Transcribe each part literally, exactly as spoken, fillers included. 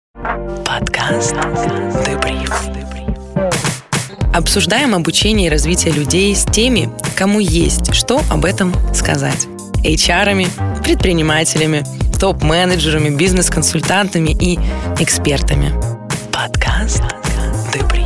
Подкаст «Дебриф». Обсуждаем обучение и развитие людей с теми, кому есть что об этом сказать. эйч ар-ами, предпринимателями, топ-менеджерами, бизнес-консультантами и экспертами. Подкаст «Дебриф».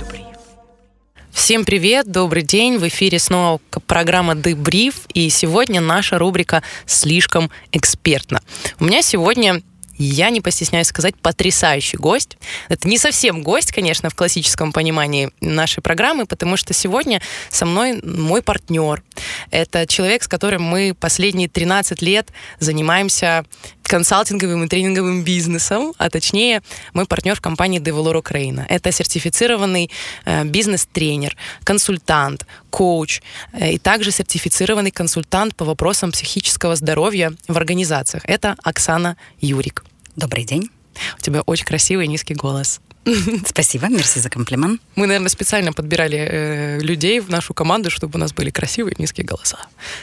Всем привет, добрый день. В эфире снова программа «Дебриф», и сегодня наша рубрика «Слишком экспертно». У меня сегодня, я не постесняюсь сказать, потрясающий гость. Это не совсем гость, конечно, в классическом понимании нашей программы, потому что сегодня со мной мой партнер. Это человек, с которым мы последние тринадцать лет занимаемся консалтинговым и тренинговым бизнесом, а точнее, мой партнер в компании Devalor Ukraine. Это сертифицированный э, бизнес-тренер, консультант, коуч э, и также сертифицированный консультант по вопросам психического здоровья в организациях. Это Оксана Юрик. Добрый день. У тебя очень красивый и низкий голос. Спасибо, мерси за комплимент. Мы, наверное, специально подбирали э, людей в нашу команду, чтобы у нас были красивые и низкие голоса.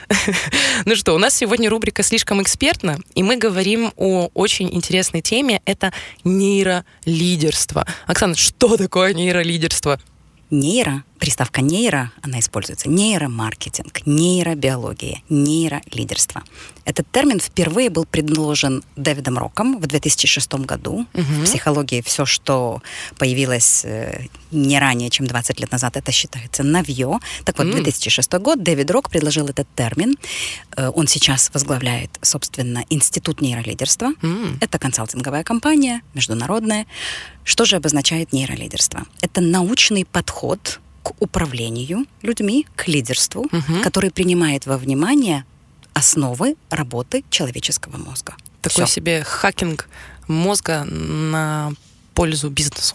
Ну что, у нас сегодня рубрика «Слишком экспертно», и мы говорим о очень интересной теме. Это нейролидерство. Оксана, что такое нейролидерство? Нейро, приставка нейро, она используется. Нейромаркетинг, нейробиология, нейролидерство. Этот термин впервые был предложен Дэвидом Роком в две тысячи шестом году. Угу. В психологии все, что появилось не ранее, чем двадцать лет назад, это считается новье. Так вот, mm. две тысячи шестой год Дэвид Рок предложил этот термин. Он сейчас возглавляет, собственно, Институт нейролидерства. Mm. Это консалтинговая компания, международная. Что же обозначает нейролидерство? Это научный подход к управлению людьми, к лидерству, uh-huh. который принимает во внимание основы работы человеческого мозга. Такой Всё. себе хакинг мозга на пользу бизнесу.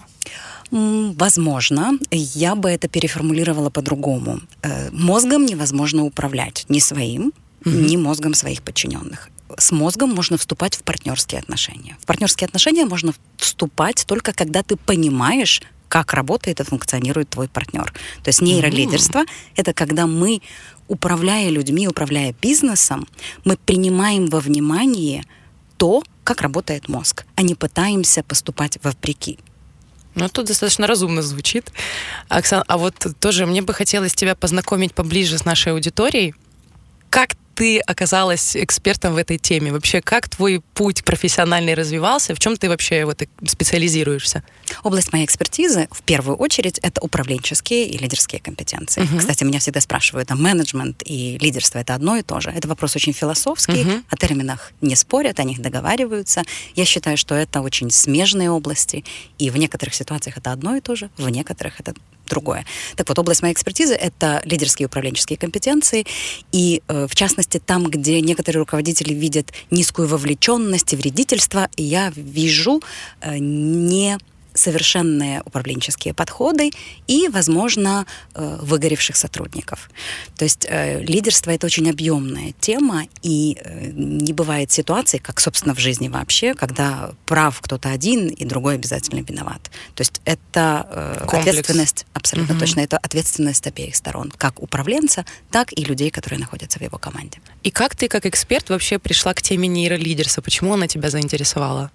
Возможно, я бы это переформулировала по-другому. Мозгом невозможно управлять ни своим, uh-huh. ни мозгом своих подчиненных. С мозгом можно вступать в партнерские отношения. В партнерские отношения можно вступать только когда ты понимаешь, как работает и функционирует твой партнер. То есть нейролидерство mm. — это когда мы, управляя людьми, управляя бизнесом, мы принимаем во внимание то, как работает мозг, а не пытаемся поступать вопреки. Ну, тут достаточно разумно звучит. Оксана, а вот тоже мне бы хотелось тебя познакомить поближе с нашей аудиторией. Как ты оказалась экспертом в этой теме? Вообще, как твой путь профессиональный развивался? В чем ты вообще вот специализируешься? Область моей экспертизы, в первую очередь, это управленческие и лидерские компетенции. Uh-huh. Кстати, меня всегда спрашивают, а менеджмент и лидерство — это одно и то же? Это вопрос очень философский, uh-huh. о терминах не спорят, о них договариваются. Я считаю, что это очень смежные области, и в некоторых ситуациях это одно и то же, в некоторых это другое. Так вот, область моей экспертизы — это лидерские и управленческие компетенции, и, э, в частности, там, где некоторые руководители видят низкую вовлеченность и вредительство, я вижу э, не совершенные управленческие подходы и, возможно, э, выгоревших сотрудников. То есть э, лидерство — это очень объемная тема, и э, не бывает ситуации, как, собственно, в жизни вообще, когда прав кто-то один, и другой обязательно виноват. То есть это э, ответственность, абсолютно угу. точно, это ответственность обеих сторон, как управленца, так и людей, которые находятся в его команде. И как ты, как эксперт, вообще пришла к теме нейролидерства? Почему она тебя заинтересовала?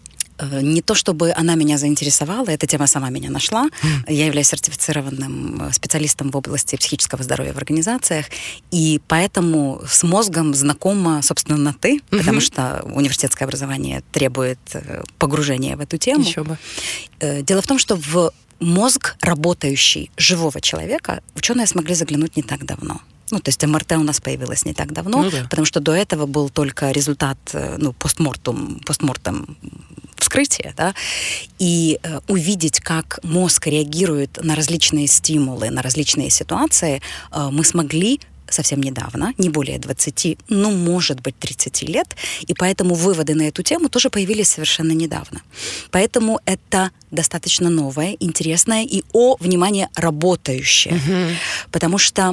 Не то чтобы она меня заинтересовала, эта тема сама меня нашла. Mm. Я являюсь сертифицированным специалистом в области психического здоровья в организациях, и поэтому с мозгом знакома, собственно, на «ты», mm-hmm. потому что университетское образование требует погружения в эту тему. Еще бы. Дело в том, что в мозг работающий живого человека ученые смогли заглянуть не так давно. Ну, то есть эм эр тэ у нас появилось не так давно, ну, да. потому что до этого был только результат, ну, постмортум, постмортем вскрытия, да, и э, увидеть, как мозг реагирует на различные стимулы, на различные ситуации, э, мы смогли совсем недавно, не более двадцати, ну, может быть, тридцати лет, и поэтому выводы на эту тему тоже появились совершенно недавно. Поэтому это достаточно новое, интересное и, о, внимание, работающее. Mm-hmm. Потому что,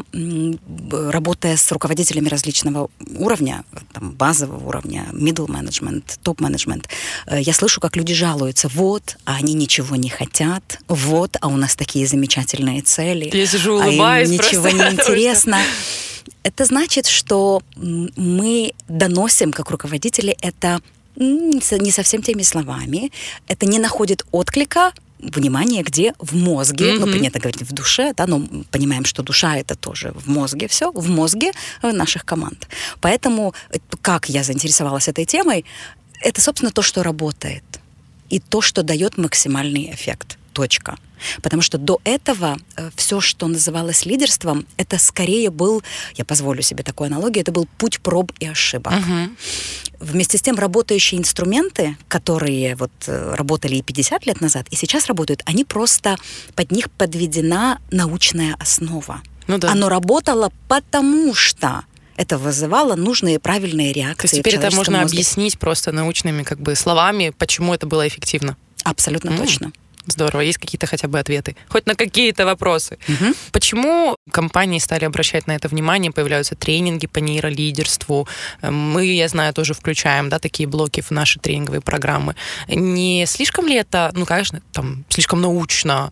работая с руководителями различного уровня, там, базового уровня, middle management, топ management, я слышу, как люди жалуются: вот, а они ничего не хотят, вот, а у нас такие замечательные цели, я сижу, а улыбаюсь, им ничего не интересно. Это значит, что мы доносим, как руководители, это Не совсем теми словами. Это не находит отклика, внимание, где? В мозге. Mm-hmm. Ну, принято говорить в душе, да, но понимаем, что душа — это тоже в мозге. Все в мозге наших команд. Поэтому, как я заинтересовалась этой темой, это, собственно, то, что работает. И то, что дает максимальный эффект. Точка. Потому что до этого э, все, что называлось лидерством, это скорее был, я позволю себе такую аналогию, это был путь проб и ошибок. Uh-huh. Вместе с тем работающие инструменты, которые вот э, работали и пятьдесят лет назад, и сейчас работают, они просто, под них подведена научная основа. Ну, да. Оно работало потому что это вызывало нужные и правильные реакции. То есть теперь это можно мозге. Объяснить просто научными как бы словами, почему это было эффективно. Абсолютно mm. точно. Здорово, есть какие-то хотя бы ответы, хоть на какие-то вопросы. Угу. Почему компании стали обращать на это внимание, появляются тренинги по нейролидерству? Мы, я знаю, тоже включаем, да, такие блоки в наши тренинговые программы. Не слишком ли это, ну, конечно, там, слишком научно?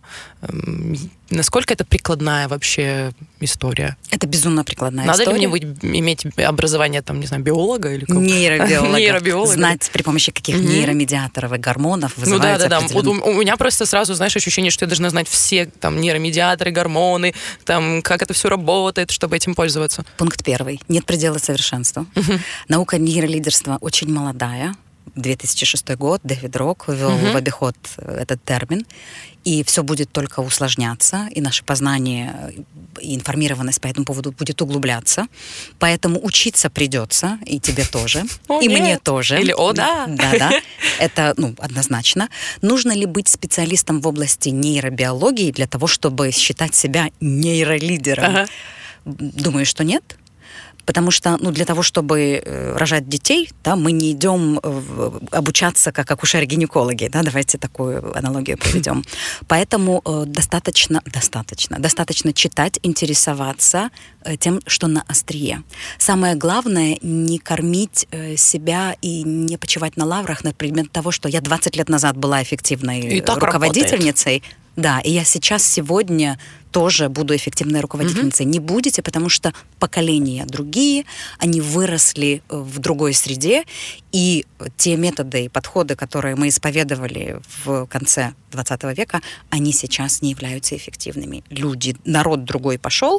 Насколько это прикладная вообще история? Это безумно прикладная Надо история. Надо ли мне иметь образование, там, не знаю, биолога или кого? Нейробиолога. Нейробиолога. Знать, при помощи каких mm-hmm. нейромедиаторов и гормонов вызывается. Ну да, да, да. Вот у, у меня просто сразу, знаешь, ощущение, что я должна знать все там нейромедиаторы, гормоны, там, как это все работает, чтобы этим пользоваться. Пункт первый. Нет предела совершенству. Mm-hmm. Наука нейролидерства очень молодая. две тысячи шестой год, Дэвид Рок ввел uh-huh. в обиход этот термин, и все будет только усложняться, и наше познание и информированность по этому поводу будет углубляться, поэтому учиться придется, и тебе тоже, oh, и нет. мне тоже. Или о, да. Да-да, это, ну, однозначно. Нужно ли быть специалистом в области нейробиологии для того, чтобы считать себя нейролидером? Uh-huh. Думаю, что нет. Потому что, ну, для того, чтобы э, рожать детей, да, мы не идем э, обучаться как акушеры-гинекологи, да, давайте такую аналогию проведем. Поэтому э, достаточно, достаточно, достаточно читать, интересоваться э, тем, что на острие. Самое главное — не кормить э, себя и не почивать на лаврах на предмет того, что я двадцать лет назад была эффективной руководительницей. Работает. Да, и я сейчас, сегодня тоже буду эффективной руководительницей. Mm-hmm. Не будете, потому что поколения другие, они выросли в другой среде, и те методы и подходы, которые мы исповедовали в конце двадцатого века, они сейчас не являются эффективными. Люди, народ другой пошел,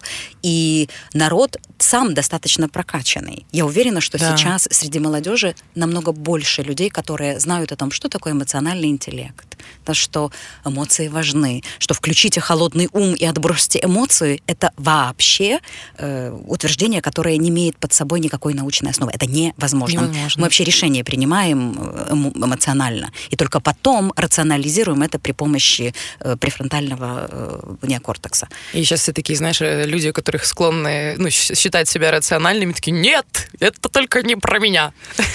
и народ сам достаточно прокачанный. Я уверена, что да. сейчас среди молодежи намного больше людей, которые знают о том, что такое эмоциональный интеллект, да, что эмоции важны, что включите холодный ум и отбросьте эмоции, это вообще э, утверждение, которое не имеет под собой никакой научной основы. Это невозможно. невозможно. Мы вообще решения принимаем эмо- эмоционально, и только потом рационализируем это при помощи э, префронтального э, неокортекса. И сейчас все такие, знаешь, люди, у которых склонны, ну, считать себя рациональными, такие: нет, это только не про меня.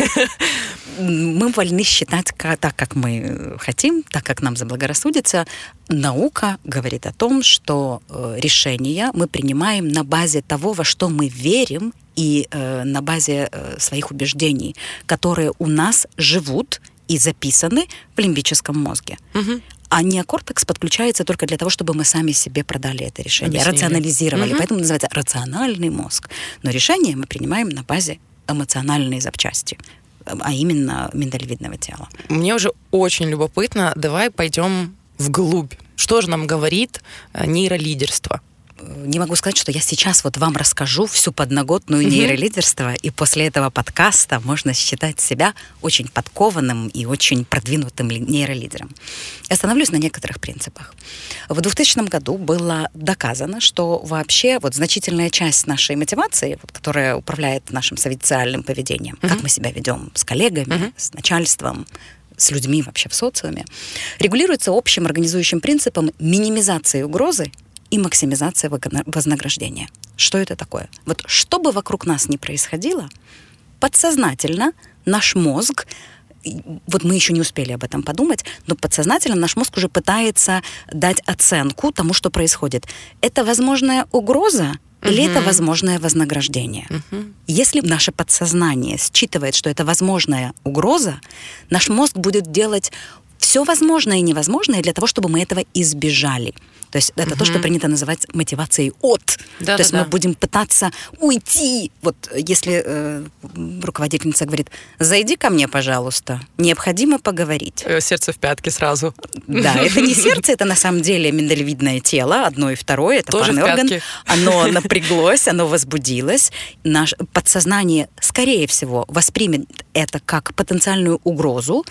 Мы вольны считать так, как мы хотим, так, как нам заблагорассудится. Наука говорит о том, что э, решения мы принимаем на базе того, во что мы верим, и э, на базе э, своих убеждений, которые у нас живут и записаны в лимбическом мозге. Угу. А неокортекс подключается только для того, чтобы мы сами себе продали это решение, объяснили, рационализировали. Угу. Поэтому называется рациональный мозг. Но решение мы принимаем на базе эмоциональной запчасти, а именно миндалевидного тела. Мне уже очень любопытно. Давай пойдем вглубь. Что же нам говорит нейролидерство? Не могу сказать, что я сейчас вот вам расскажу всю подноготную mm-hmm. нейролидерства, и после этого подкаста можно считать себя очень подкованным и очень продвинутым нейролидером. Я остановлюсь на некоторых принципах. В двухтысячном году было доказано, что вообще вот значительная часть нашей мотивации, вот, которая управляет нашим социальным поведением, mm-hmm. как мы себя ведем с коллегами, mm-hmm. с начальством, с людьми вообще в социуме, регулируется общим организующим принципом минимизации угрозы и максимизация вознаграждения. Что это такое? Вот что бы вокруг нас ни происходило, подсознательно наш мозг, вот мы еще не успели об этом подумать, но подсознательно наш мозг уже пытается дать оценку тому, что происходит. Это возможная угроза или uh-huh. это возможное вознаграждение? Uh-huh. Если наше подсознание считывает, что это возможная угроза, наш мозг будет делать все возможное и невозможное для того, чтобы мы этого избежали. То есть это угу. то, что принято называть мотивацией от. Да, то есть да, мы да. будем пытаться уйти. Вот если э, руководительница говорит, зайди ко мне, пожалуйста, необходимо поговорить. Сердце в пятки сразу. Да, это не сердце, это на самом деле миндалевидное тело, одно и второе, это тоже парный орган. Оно напряглось, оно возбудилось. Наше подсознание, скорее всего, воспримет это как потенциальную угрозу.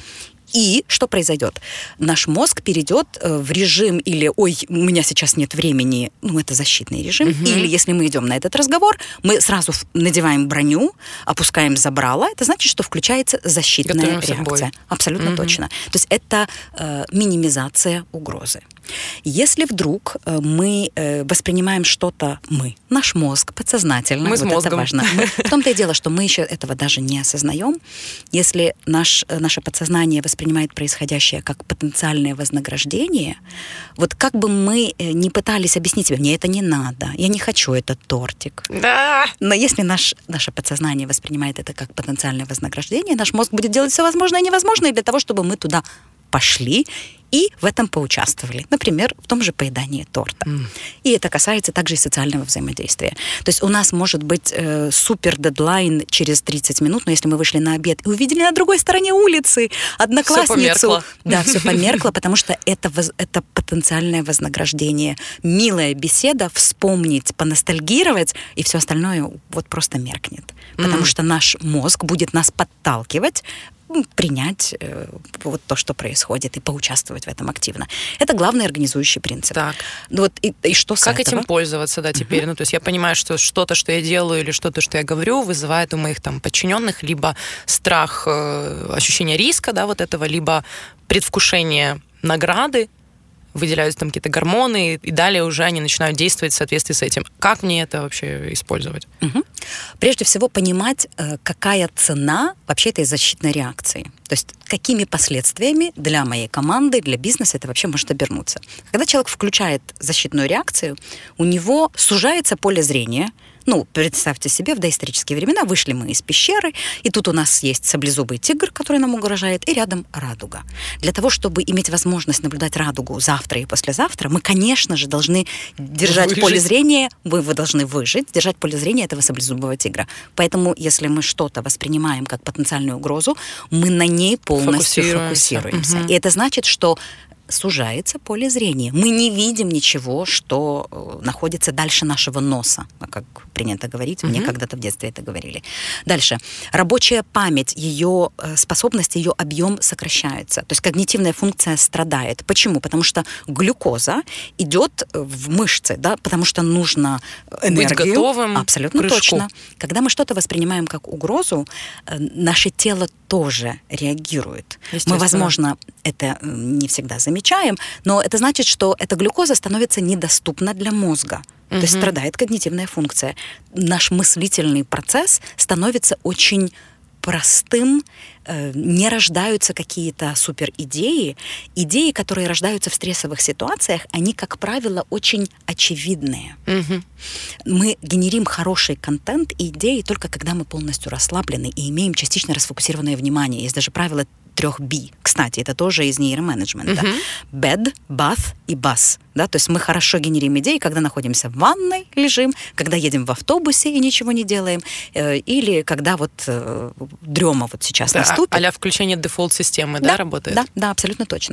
И что произойдет? Наш мозг перейдет в режим или «Ой, у меня сейчас нет времени», ну, это защитный режим. Угу. Или если мы идем на этот разговор, мы сразу надеваем броню, опускаем забрало. Это значит, что включается защитная Готовимся реакция. Абсолютно угу. точно. То есть это э, минимизация угрозы. Если вдруг э, мы э, воспринимаем что-то, мы, наш мозг, подсознательно, мы вот с мозгом. Это важно. Мы, в том-то и дело, что мы еще этого даже не осознаем. Если наш, наше подсознание воспринимает происходящее как потенциальное вознаграждение, вот как бы мы не пытались объяснить себе, мне это не надо, я не хочу этот тортик. Да. Но если наш, наше подсознание воспринимает это как потенциальное вознаграждение, наш мозг будет делать все возможное и невозможное для того, чтобы мы туда пошли и в этом поучаствовали. Например, в том же поедании торта. Mm. И это касается также и социального взаимодействия. То есть у нас может быть э, супер дедлайн через тридцать минут, но если мы вышли на обед и увидели на другой стороне улицы одноклассницу... Все померкло. Да, все померкло, потому что это, это потенциальное вознаграждение. Милая беседа, вспомнить, поностальгировать, и все остальное вот просто меркнет. Потому mm. что наш мозг будет нас подталкивать принять э, вот то, что происходит, и поучаствовать в этом активно. Это главный организующий принцип. Так. Вот, и, и что с Как этого? этим пользоваться, да, теперь? Uh-huh. Ну, то есть я понимаю, что что-то, что я делаю, или что-то, что я говорю, вызывает у моих там подчиненных либо страх, э, ощущение риска, да, вот этого, либо предвкушение награды, выделяются там какие-то гормоны, и далее уже они начинают действовать в соответствии с этим. Как мне это вообще использовать? Угу. Прежде всего понимать, какая цена вообще этой защитной реакции. То есть какими последствиями для моей команды, для бизнеса это вообще может обернуться. Когда человек включает защитную реакцию, у него сужается поле зрения. Ну, представьте себе, в доисторические времена вышли мы из пещеры, и тут у нас есть саблезубый тигр, который нам угрожает, и рядом радуга. Для того, чтобы иметь возможность наблюдать радугу завтра и послезавтра, мы, конечно же, должны держать выжить. поле зрения, вы, вы должны выжить, держать поле зрения этого саблезубого тигра. Поэтому, если мы что-то воспринимаем как потенциальную угрозу, мы на ней полностью фокусируемся. фокусируемся. Угу. И это значит, что сужается поле зрения. Мы не видим ничего, что э, находится дальше нашего носа, как принято говорить. Mm-hmm. Мне когда-то в детстве это говорили. Дальше. Рабочая память, ее э, способность, ее объем сокращается. То есть когнитивная функция страдает. Почему? Потому что глюкоза идет в мышцы, да, потому что нужно энергию. Быть готовым Абсолютно к прыжку. точно. Когда мы что-то воспринимаем как угрозу, э, наше тело тоже реагирует. Мы, возможно, это не всегда замечаем, но это значит, что эта глюкоза становится недоступна для мозга. Mm-hmm. То есть страдает когнитивная функция. Наш мыслительный процесс становится очень простым, э, не рождаются какие-то суперидеи. Идеи, которые рождаются в стрессовых ситуациях, они, как правило, очень очевидные. Mm-hmm. Мы генерим хороший контент и идеи только когда мы полностью расслаблены и имеем частично расфокусированное внимание. Есть даже правило трех би. Кстати, это тоже из нейроменеджмента. Mm-hmm. Bed, bath и bus. Да? То есть мы хорошо генерим идеи, когда находимся в ванной, лежим, когда едем в автобусе и ничего не делаем, э, или когда вот э, дрема вот сейчас да, наступит. А-ля включение дефолт-системы, да, да, работает? Да, да, абсолютно точно.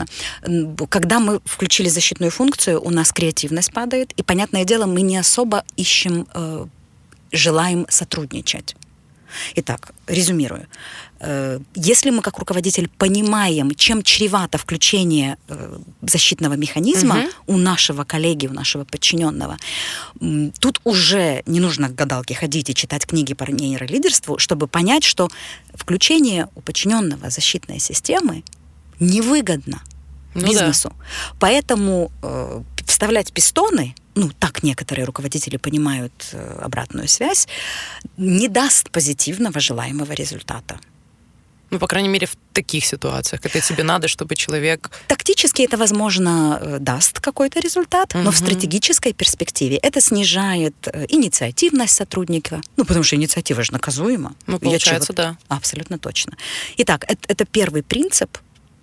Когда мы включили защитную функцию, у нас креативность падает, и, понятное дело, мы не особо ищем, э, желаем сотрудничать. Итак, резюмирую. Если мы как руководитель понимаем, чем чревато включение защитного механизма угу. у нашего коллеги, у нашего подчиненного, тут уже не нужно к гадалке ходить и читать книги по нейролидерству, чтобы понять, что включение у подчиненного защитной системы невыгодно ну бизнесу. Да. Поэтому э, вставлять пистоны, ну, так некоторые руководители понимают э, обратную связь, не даст позитивного желаемого результата. Ну, по крайней мере, в таких ситуациях, когда тебе надо, чтобы человек... Тактически это, возможно, даст какой-то результат, угу. но в стратегической перспективе это снижает инициативность сотрудника, ну, потому что инициатива же наказуема. Ну, получается, да. Абсолютно точно. Итак, это, это первый принцип.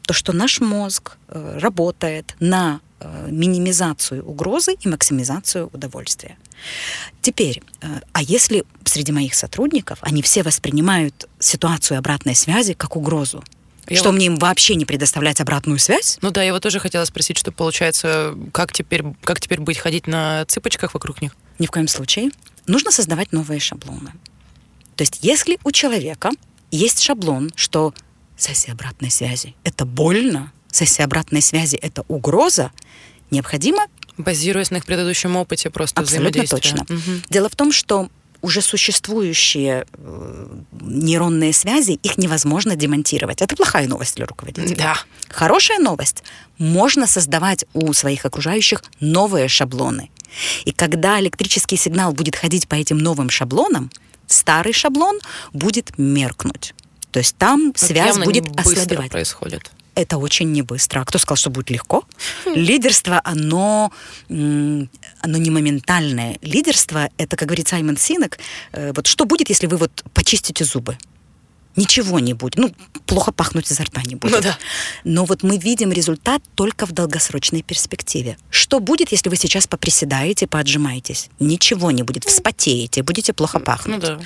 то, что наш мозг э, работает на э, минимизацию угрозы и максимизацию удовольствия. Теперь, э, а если среди моих сотрудников они все воспринимают ситуацию обратной связи как угрозу, я что вот... мне им вообще не предоставлять обратную связь? Ну да, я вот тоже хотела спросить, что получается, как теперь, как теперь быть, ходить на цыпочках вокруг них? Ни в коем случае. Нужно создавать новые шаблоны. То есть если у человека есть шаблон, что сессия обратной связи – это больно, сессия обратной связи – это угроза, необходимо... Базируясь на их предыдущем опыте просто взаимодействия. Абсолютно точно. Угу. Дело в том, что уже существующие э, нейронные связи, их невозможно демонтировать. Это плохая новость для руководителя. Да. Хорошая новость. Можно создавать у своих окружающих новые шаблоны. И когда электрический сигнал будет ходить по этим новым шаблонам, старый шаблон будет меркнуть. То есть там это связь будет не ослабевать. Происходит. Это очень не быстро. А кто сказал, что будет легко? Лидерство, оно, оно не моментальное. Лидерство, это, как говорит Саймон Синек, вот что будет, если вы вот почистите зубы? Ничего не будет. Ну, плохо пахнуть изо рта не будет. Ну, да. Но вот мы видим результат только в долгосрочной перспективе. Что будет, если вы сейчас поприседаете, поотжимаетесь? Ничего не будет. Вспотеете, будете плохо пахнуть. Ну, да.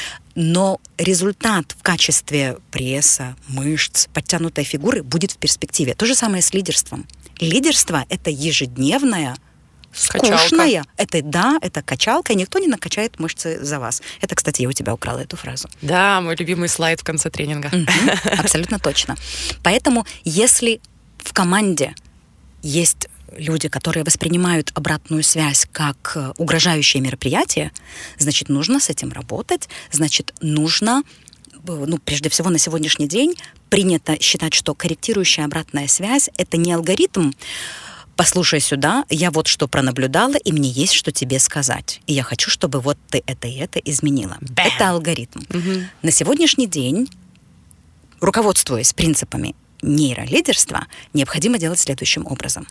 Но результат в качестве пресса, мышц, подтянутой фигуры будет в перспективе. То же самое с лидерством. Лидерство — это ежедневная, скучная. Это, да, это качалка, и никто не накачает мышцы за вас. Это, кстати, я у тебя украла эту фразу. Да, мой любимый слайд в конце тренинга. Mm-hmm, абсолютно точно. Поэтому, если в команде есть люди, которые воспринимают обратную связь как угрожающее мероприятие, значит, нужно с этим работать, значит, нужно, ну, прежде всего, на сегодняшний день принято считать, что корректирующая обратная связь — это не алгоритм «послушай сюда, я вот что пронаблюдала, и мне есть что тебе сказать, и я хочу, чтобы вот ты это и это изменила». Бэм! Это алгоритм. Угу. На сегодняшний день, руководствуясь принципами нейролидерства, необходимо делать следующим образом.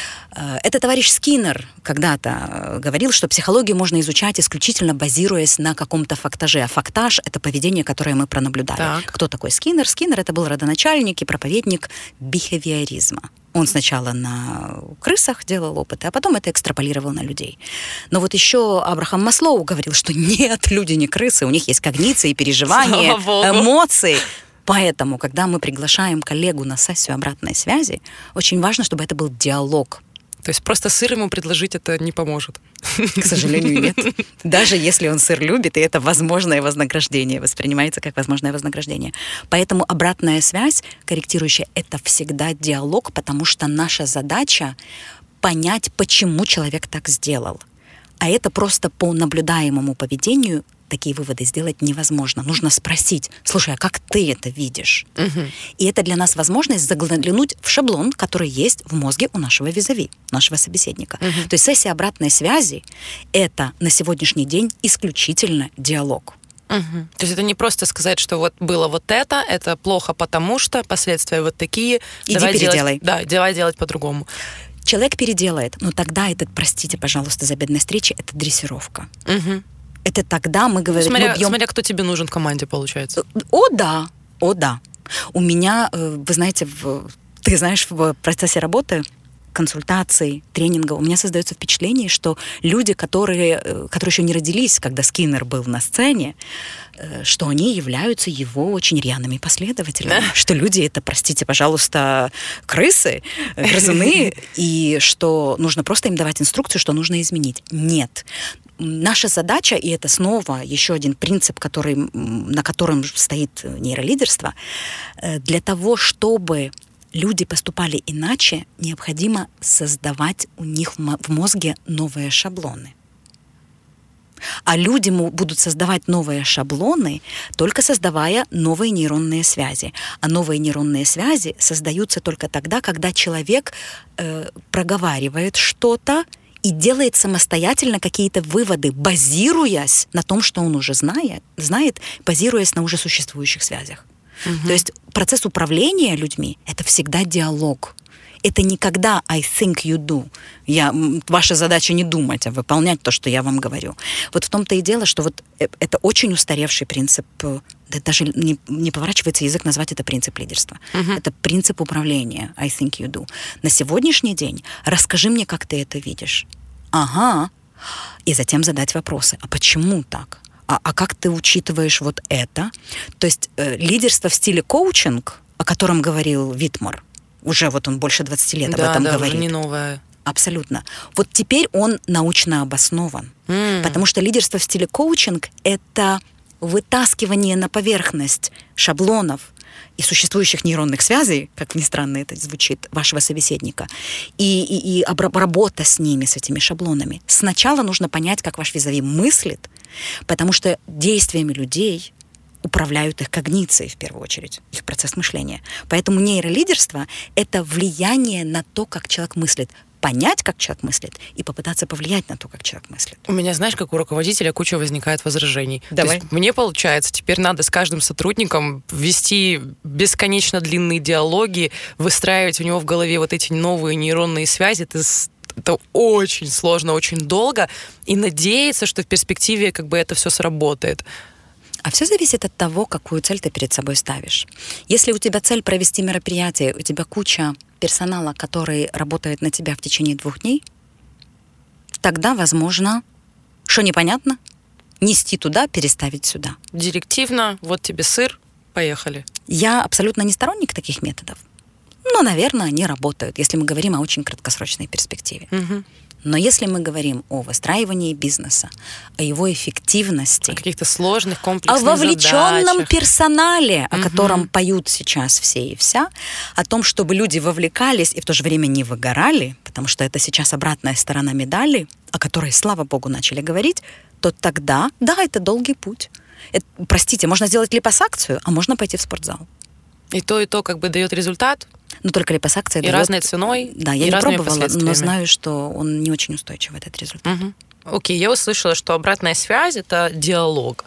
Это товарищ Скиннер когда-то говорил, что психологию можно изучать исключительно базируясь на каком-то фактаже. А фактаж — это поведение, которое мы пронаблюдали. Так. Кто такой Скиннер? Скиннер — это был родоначальник и проповедник бихевиоризма. Он сначала на крысах делал опыты, а потом это экстраполировал на людей. Но вот еще Абрахам Маслоу говорил, что нет, люди не крысы, у них есть когниции, переживания, эмоции. Поэтому, когда мы приглашаем коллегу на сессию обратной связи, очень важно, чтобы это был диалог. То есть просто сыр ему предложить это не поможет? К сожалению, нет. Даже если он сыр любит, и это возможное вознаграждение, воспринимается как возможное вознаграждение. Поэтому обратная связь, корректирующая, это всегда диалог, потому что наша задача понять, почему человек так сделал. А это просто по наблюдаемому поведению такие выводы сделать невозможно. Нужно спросить: слушай, а как ты это видишь? Угу. И это для нас возможность заглянуть в шаблон, который есть в мозге у нашего визави, нашего собеседника. Угу. То есть сессия обратной связи — это на сегодняшний день исключительно диалог. Угу. То есть это не просто сказать, что вот было вот это, это плохо, потому что последствия вот такие. Иди давай переделай. Делать, да, давай делать по-другому. Человек переделает, но тогда это, простите, пожалуйста, за бедность речи, это дрессировка. Угу. Это тогда мы говорим... Смотря, мы бьем... смотря кто тебе нужен в команде, получается. О, да, о, да. У меня, вы знаете, в, ты знаешь, в процессе работы, консультаций, тренинга, у меня создается впечатление, что люди, которые, которые еще не родились, когда Скиннер был на сцене, что они являются его очень рьяными последователями. Что люди — это, простите, пожалуйста, крысы, грызуны, и что нужно просто им давать инструкцию, что нужно изменить. Нет. Наша задача, и это снова еще один принцип, который, на котором стоит нейролидерство, для того, чтобы люди поступали иначе, необходимо создавать у них в мозге новые шаблоны. А люди будут создавать новые шаблоны, только создавая новые нейронные связи. А новые нейронные связи создаются только тогда, когда человек э, проговаривает что-то и делает самостоятельно какие-то выводы, базируясь на том, что он уже знает, знает базируясь на уже существующих связях. Угу. То есть процесс управления людьми — это всегда диалог. Это никогда I think you do. Я, ваша задача не думать, а выполнять то, что я вам говорю. Вот в том-то и дело, что вот это очень устаревший принцип, да, даже не, не поворачивается язык назвать это принцип лидерства. Uh-huh. Это принцип управления I think you do. На сегодняшний день расскажи мне, как ты это видишь. Ага. И затем задать вопросы. А почему так? А, а как ты учитываешь вот это? То есть э, лидерство в стиле коучинг, о котором говорил Витмор, уже вот он больше двадцати лет да, об этом да, говорит. Уже не новое. Абсолютно. Вот теперь он научно обоснован. Mm. Потому что лидерство в стиле коучинг — это вытаскивание на поверхность шаблонов и существующих нейронных связей, как ни странно это звучит, вашего собеседника, и, и, и работа с ними, с этими шаблонами. Сначала нужно понять, как ваш визави мыслит, потому что действиями людей управляют их когниции, в первую очередь, их процесс мышления. Поэтому нейролидерство — это влияние на то, как человек мыслит. Понять, как человек мыслит, и попытаться повлиять на то, как человек мыслит. У меня, знаешь, как у руководителя куча возникает возражений. Давай. То есть мне, получается, теперь надо с каждым сотрудником вести бесконечно длинные диалоги, выстраивать у него в голове вот эти новые нейронные связи. Это, это очень сложно, очень долго. И надеяться, что в перспективе как бы это все сработает. А все зависит от того, какую цель ты перед собой ставишь. Если у тебя цель провести мероприятие, у тебя куча персонала, который работает на тебя в течение двух дней, тогда, возможно, что непонятно, нести туда, переставить сюда. Директивно, вот тебе сыр, поехали. Я абсолютно не сторонник таких методов. Но, наверное, они работают, если мы говорим о очень краткосрочной перспективе. Угу. Но если мы говорим о выстраивании бизнеса, о его эффективности, о каких-то сложных, комплексных задачах, о вовлеченном задачах. персонале, о угу. котором поют сейчас все и вся, о том, чтобы люди вовлекались и в то же время не выгорали, потому что это сейчас обратная сторона медали, о которой, слава богу, начали говорить, то тогда, да, это долгий путь. Это, простите, можно сделать липосакцию, а можно пойти в спортзал. И то, и то как бы дает результат. Но только липосакция и дает... разной ценой, да, я и не пробовала, но последствиями. знаю, что он не очень устойчивый, этот результат. Угу. Окей, я услышала, что обратная связь — это диалог.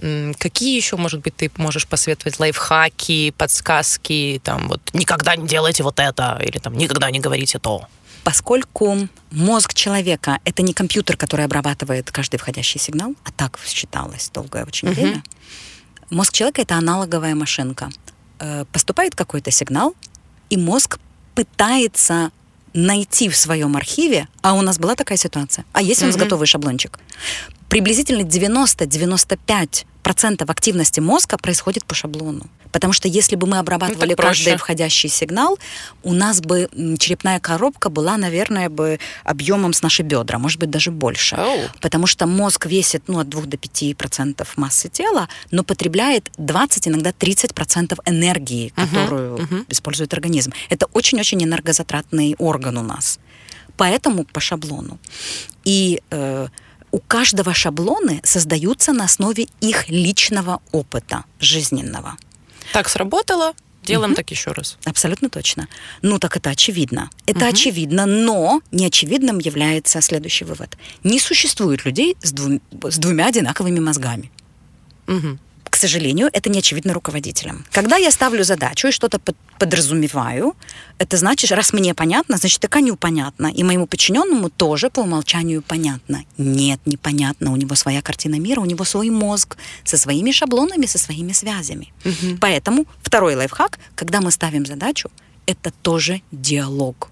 Какие еще, может быть, ты можешь посоветовать лайфхаки, подсказки, там вот «никогда не делайте вот это» или там «никогда не говорите то»? Поскольку мозг человека — это не компьютер, который обрабатывает каждый входящий сигнал, а так считалось долгое очень uh-huh. время, мозг человека — это аналоговая машинка. Поступает какой-то сигнал, и мозг пытается найти в своем архиве, а у нас была такая ситуация, а есть у нас mm-hmm. готовый шаблончик. Приблизительно девяносто-девяносто пять процентов активности мозга происходит по шаблону. Потому что если бы мы обрабатывали ну, каждый проще. входящий сигнал, у нас бы черепная коробка была, наверное, бы объемом с наши бедра, может быть, даже больше. Oh. Потому что мозг весит ну, от двух до пяти процентов массы тела, но потребляет двадцать, иногда тридцать процентов энергии, которую uh-huh. Uh-huh. использует организм. Это очень-очень энергозатратный орган у нас. Поэтому по шаблону. И... Э, У каждого шаблоны создаются на основе их личного опыта жизненного. Так сработало, делаем угу. так еще раз. Абсолютно точно. Ну, так это очевидно. Это угу. очевидно, но неочевидным является следующий вывод. Не существует людей с, двум, с двумя одинаковыми мозгами. Угу. К сожалению, это не очевидно руководителям. Когда я ставлю задачу и что-то под, подразумеваю, это значит, раз мне понятно, значит, и коню понятно. И моему подчиненному тоже по умолчанию понятно. Нет, непонятно. У него своя картина мира, у него свой мозг со своими шаблонами, со своими связями. Угу. Поэтому второй лайфхак, когда мы ставим задачу, это тоже диалог.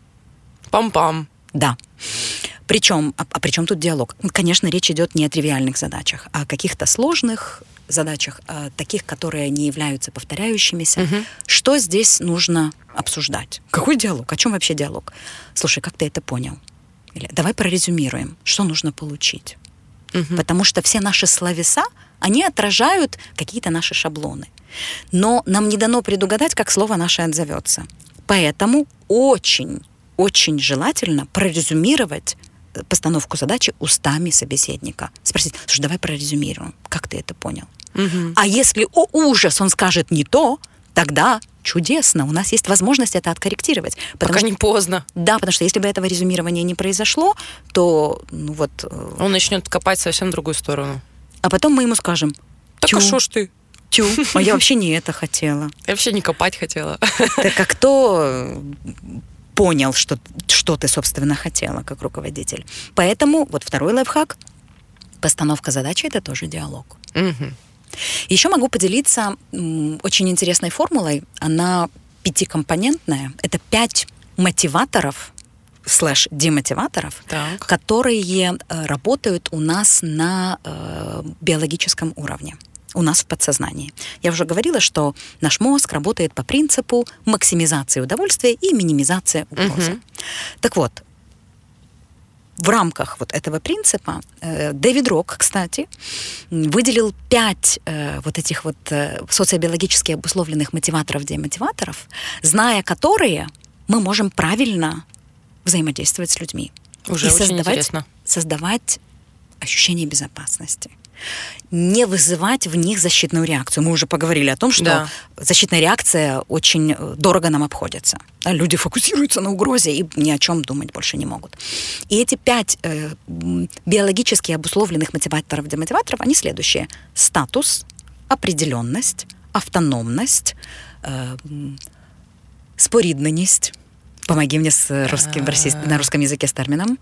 Пам-пам. Да. Причем, а, а при чем тут диалог? Конечно, речь идет не о тривиальных задачах, а о каких-то сложных задачах, а, таких, которые не являются повторяющимися. Угу. Что здесь нужно обсуждать? Какой диалог? О чем вообще диалог? Слушай, как ты это понял? Или давай прорезюмируем, что нужно получить. Угу. Потому что все наши словеса, они отражают какие-то наши шаблоны. Но нам не дано предугадать, как слово наше отзовется. Поэтому очень, очень желательно прорезюмировать постановку задачи устами собеседника. Спросить, слушай, давай прорезюмируем, как ты это понял? Угу. А если, о ужас, он скажет не то, тогда чудесно, у нас есть возможность это откорректировать. Пока что, не поздно. Да, потому что если бы этого резюмирования не произошло, то ну вот... Он начнет копать совсем в другую сторону. А потом мы ему скажем... Так а шо ж ты? Тю, а я вообще не это хотела. Я вообще не копать хотела. Так а кто понял, что, что ты, собственно, хотела как руководитель. Поэтому вот второй лайфхак – постановка задачи – это тоже диалог. Угу. Еще могу поделиться м, очень интересной формулой. Она пятикомпонентная. Это пять мотиваторов слэш демотиваторов, так. которые э, работают у нас на э, биологическом уровне. У нас в подсознании. Я уже говорила, что наш мозг работает по принципу максимизации удовольствия и минимизации угрозы. Угу. Так вот, в рамках вот этого принципа э, Дэвид Рок, кстати, выделил пять э, вот этих вот э, социобиологически обусловленных мотиваторов-демотиваторов, зная которые мы можем правильно взаимодействовать с людьми. Уже и очень создавать, интересно. создавать ощущение безопасности. Не вызывать в них защитную реакцию. Мы уже поговорили о том, что да. защитная реакция очень дорого нам обходится. Да, люди фокусируются на угрозе и ни о чем думать больше не могут. И эти пять э, биологически обусловленных мотиваторов-демотиваторов, они следующие. Статус, определенность, автономность, э, спорідненість. Помоги мне с русским, на русском языке с термином.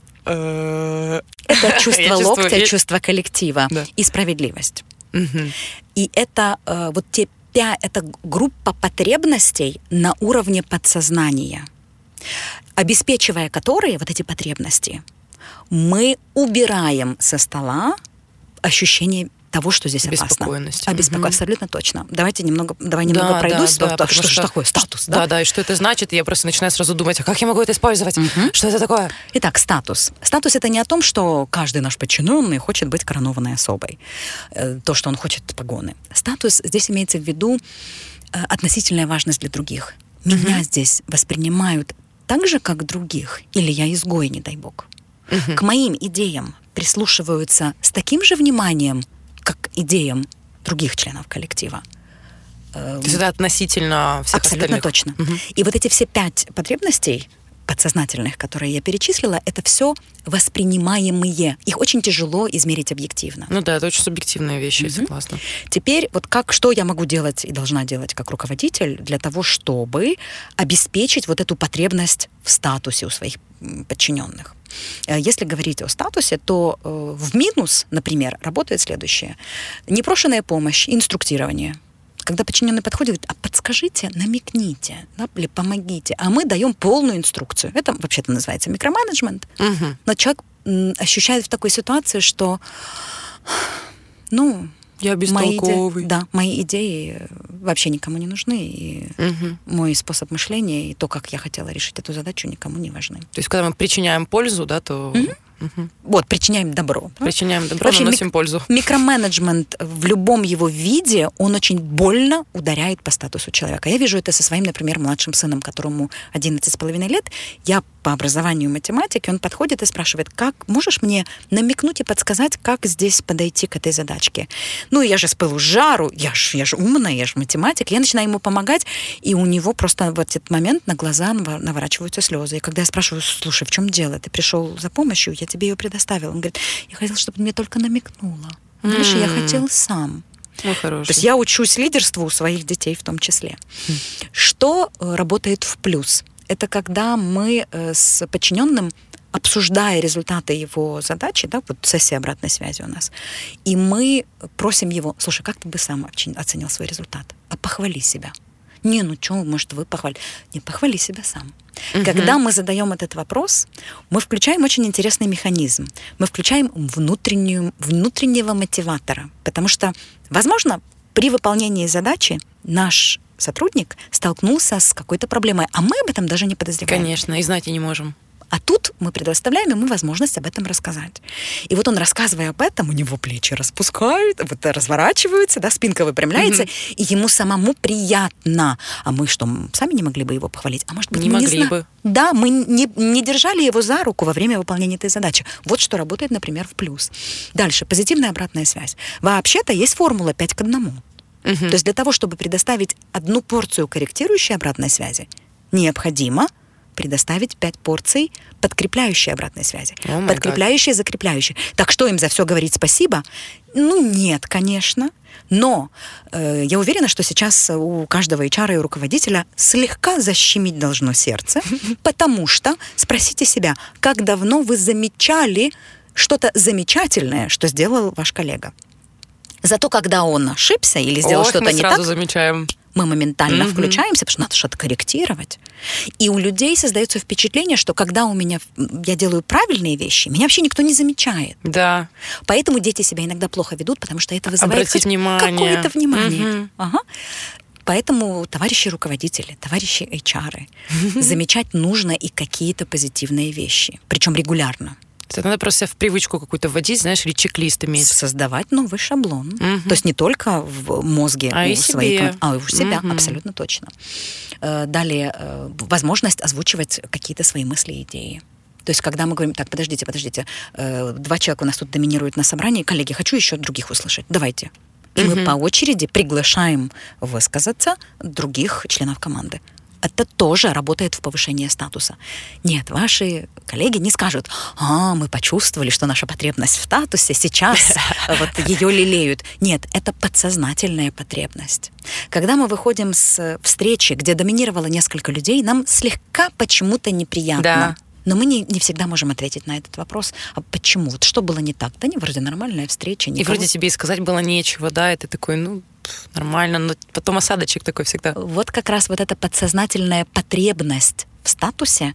Это чувство локтя, чувство коллектива да. и справедливость. Угу. И это э, вот те пять, это группа потребностей на уровне подсознания, обеспечивая которые, вот эти потребности, мы убираем со стола ощущение того, что здесь опасно. Обеспокоенность. Обеспоко... Угу. Абсолютно точно. Давайте немного, давай немного да, пройдусь. Да, да, да, что, что, что такое статус? Да? да, да, и что это значит? И я просто начинаю сразу думать, а как я могу это использовать? Угу. Что это такое? Итак, статус. Статус — это не о том, что каждый наш подчиненный хочет быть коронованной особой. То, что он хочет погоны. Статус здесь имеется в виду относительная важность для других. Меня угу. здесь воспринимают так же, как других, или я изгой, не дай бог. Угу. К моим идеям прислушиваются с таким же вниманием, как идеям других членов коллектива. То есть это относительно всех Абсолютно остальных. точно. Угу. И вот эти все пять потребностей подсознательных, которые я перечислила, это все воспринимаемые. Их очень тяжело измерить объективно. Ну да, это очень субъективные вещи, угу. согласна. Теперь вот как, что я могу делать и должна делать как руководитель для того, чтобы обеспечить вот эту потребность в статусе у своих подчиненных. Если говорить о статусе, то э, в минус, например, работает следующее. Непрошенная помощь, инструктирование. Когда подчиненный подходит, говорит, а подскажите, намекните, да, или помогите. А мы даем полную инструкцию. Это вообще-то называется микроменеджмент. Угу. Но человек м, ощущает в такой ситуации, что ну... Я бестолковый. Мои, да, мои идеи вообще никому не нужны. И угу. мой способ мышления и то, как я хотела решить эту задачу, никому не важны. То есть, когда мы причиняем пользу, да, то... Угу. Угу. Вот, причиняем добро. Причиняем добро, вообще, наносим мик- пользу. Микроменеджмент в любом его виде, он очень больно ударяет по статусу человека. Я вижу это со своим, например, младшим сыном, которому одиннадцать с половиной лет. Я по образованию математик, и он подходит и спрашивает, как, можешь мне намекнуть и подсказать, как здесь подойти к этой задачке? Ну, я же с пылу с жару, я же я ж умная, я же математик. Я начинаю ему помогать, и у него просто в этот момент на глаза наворачиваются слезы. И когда я спрашиваю, слушай, в чем дело? Ты пришел за помощью, я тебе ее предоставила. Он говорит, я хотела, чтобы ты мне только намекнула. Дальше mm. я хотел сам. Ой, хороший. То есть я учусь лидерству у своих детей в том числе. Mm. Что работает в плюс? Это когда мы с подчиненным, обсуждая результаты его задачи, да, вот сессия обратной связи у нас, и мы просим его, слушай, как ты бы сам оценил свой результат? А похвали себя. Не, ну что, может, вы похвалите? Не, похвали себя сам. Uh-huh. Когда мы задаем этот вопрос, мы включаем очень интересный механизм. Мы включаем внутреннюю, внутреннего мотиватора. Потому что, возможно, при выполнении задачи наш сотрудник столкнулся с какой-то проблемой, а мы об этом даже не подозреваем. Конечно, и знать и не можем. А тут мы предоставляем ему возможность об этом рассказать. И вот он, рассказывая об этом, у него плечи распускают, вот разворачиваются, да, спинка выпрямляется, mm-hmm. и ему самому приятно. А мы что, сами не могли бы его похвалить? А может быть, не мы могли не зна... бы. Да, мы не, не держали его за руку во время выполнения этой задачи. Вот что работает, например, в плюс. Дальше, позитивная обратная связь. Вообще-то есть формула пять к одному. Mm-hmm. То есть для того, чтобы предоставить одну порцию корректирующей обратной связи, необходимо предоставить пять порций подкрепляющей обратной связи. Oh подкрепляющей, закрепляющей. Так что им за все говорить спасибо? Ну, нет, конечно. Но э, я уверена, что сейчас у каждого эйч ар и у руководителя слегка защемить должно сердце, потому что спросите себя, как давно вы замечали что-то замечательное, что сделал ваш коллега. Зато когда он ошибся или сделал Ох, что-то мы не сразу так, замечаем. мы моментально Mm-hmm. включаемся, потому что надо что-то корректировать. И у людей создается впечатление, что когда у меня я делаю правильные вещи, меня вообще никто не замечает. Да. Поэтому дети себя иногда плохо ведут, потому что это вызывает Обратить внимание. какое-то внимание. Mm-hmm. Ага. Поэтому, товарищи руководители, товарищи эйч ар, mm-hmm. замечать нужно и какие-то позитивные вещи, причем регулярно. Это надо просто в привычку какую-то вводить, знаешь, или чек-лист иметь. Создавать новый шаблон. Угу. То есть не только в мозге, а у и своей, себе. а и у себя, угу. абсолютно точно. Далее, возможность озвучивать какие-то свои мысли и идеи. То есть, когда мы говорим, так, подождите, подождите, два человека у нас тут доминируют на собрании, коллеги, хочу еще других услышать, давайте. И угу. мы по очереди приглашаем высказаться других членов команды. Это тоже работает в повышении статуса. Нет, ваши коллеги не скажут, а, мы почувствовали, что наша потребность в статусе сейчас вот ее лелеют. Нет, это подсознательная потребность. Когда мы выходим с встречи, где доминировало несколько людей, нам слегка почему-то неприятно. Да. Но мы не, не всегда можем ответить на этот вопрос. А почему? Вот что было не так? Да не, вроде нормальная встреча. Никого... И вроде тебе и сказать было нечего, да, и ты такой, ну, нормально, но потом осадочек такой всегда. Вот как раз вот эта подсознательная потребность в статусе,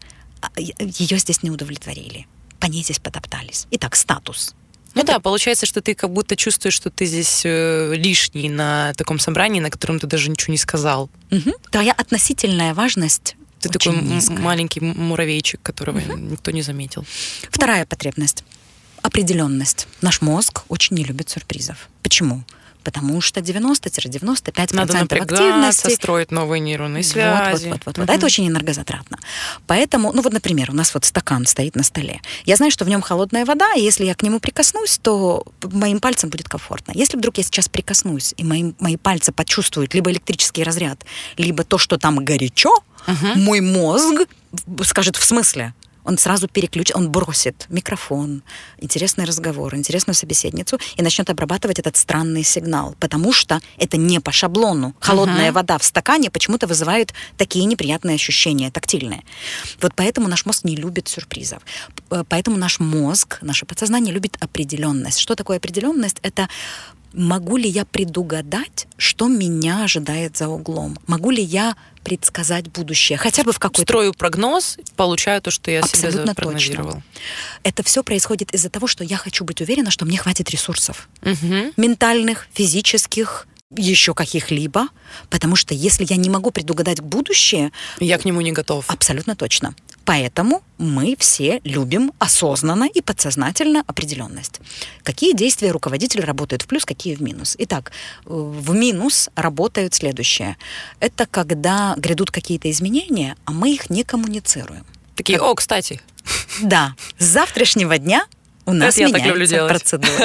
ее здесь не удовлетворили. По ней здесь потоптались. Итак, статус. Ну это... да, получается, что ты как будто чувствуешь, что ты здесь э, лишний на таком собрании, на котором ты даже ничего не сказал. Угу. Твоя относительная важность Ты очень такой низкая. Маленький муравейчик, которого угу. никто не заметил. Вторая потребность. Определенность. Наш мозг очень не любит сюрпризов. Почему? Потому что девяносто-девяносто пять процентов Надо активности... строить новые нейронные связи. Вот, вот, вот, вот. Угу. Это очень энергозатратно. Поэтому, ну вот, например, у нас вот стакан стоит на столе. Я знаю, что в нем холодная вода, и если я к нему прикоснусь, то моим пальцам будет комфортно. Если вдруг я сейчас прикоснусь, и мои, мои пальцы почувствуют либо электрический разряд, либо то, что там горячо, угу. мой мозг скажет, в смысле? Он сразу переключит, он бросит микрофон, интересный разговор, интересную собеседницу и начнет обрабатывать этот странный сигнал, потому что это не по шаблону. Холодная uh-huh. вода в стакане почему-то вызывает такие неприятные ощущения, тактильные. Вот поэтому наш мозг не любит сюрпризов. Поэтому наш мозг, наше подсознание любит определенность. Что такое определенность? Это могу ли я предугадать, что меня ожидает за углом? Могу ли я предсказать будущее? Хотя бы в какой-то... Строю прогноз, получаю то, что я Абсолютно себе запрогнозировала. Точно. Это все происходит из-за того, что я хочу быть уверена, что мне хватит ресурсов. Угу. Ментальных, физических, еще каких-либо. Потому что если я не могу предугадать будущее... Я к нему не готов. Абсолютно точно. Поэтому мы все любим осознанно и подсознательно определенность. Какие действия руководитель работает в плюс, какие в минус? Итак, в минус работают следующее. Это когда грядут какие-то изменения, а мы их не коммуницируем. Такие, как... о, кстати. Да, с завтрашнего дня у нас это меняется процедура.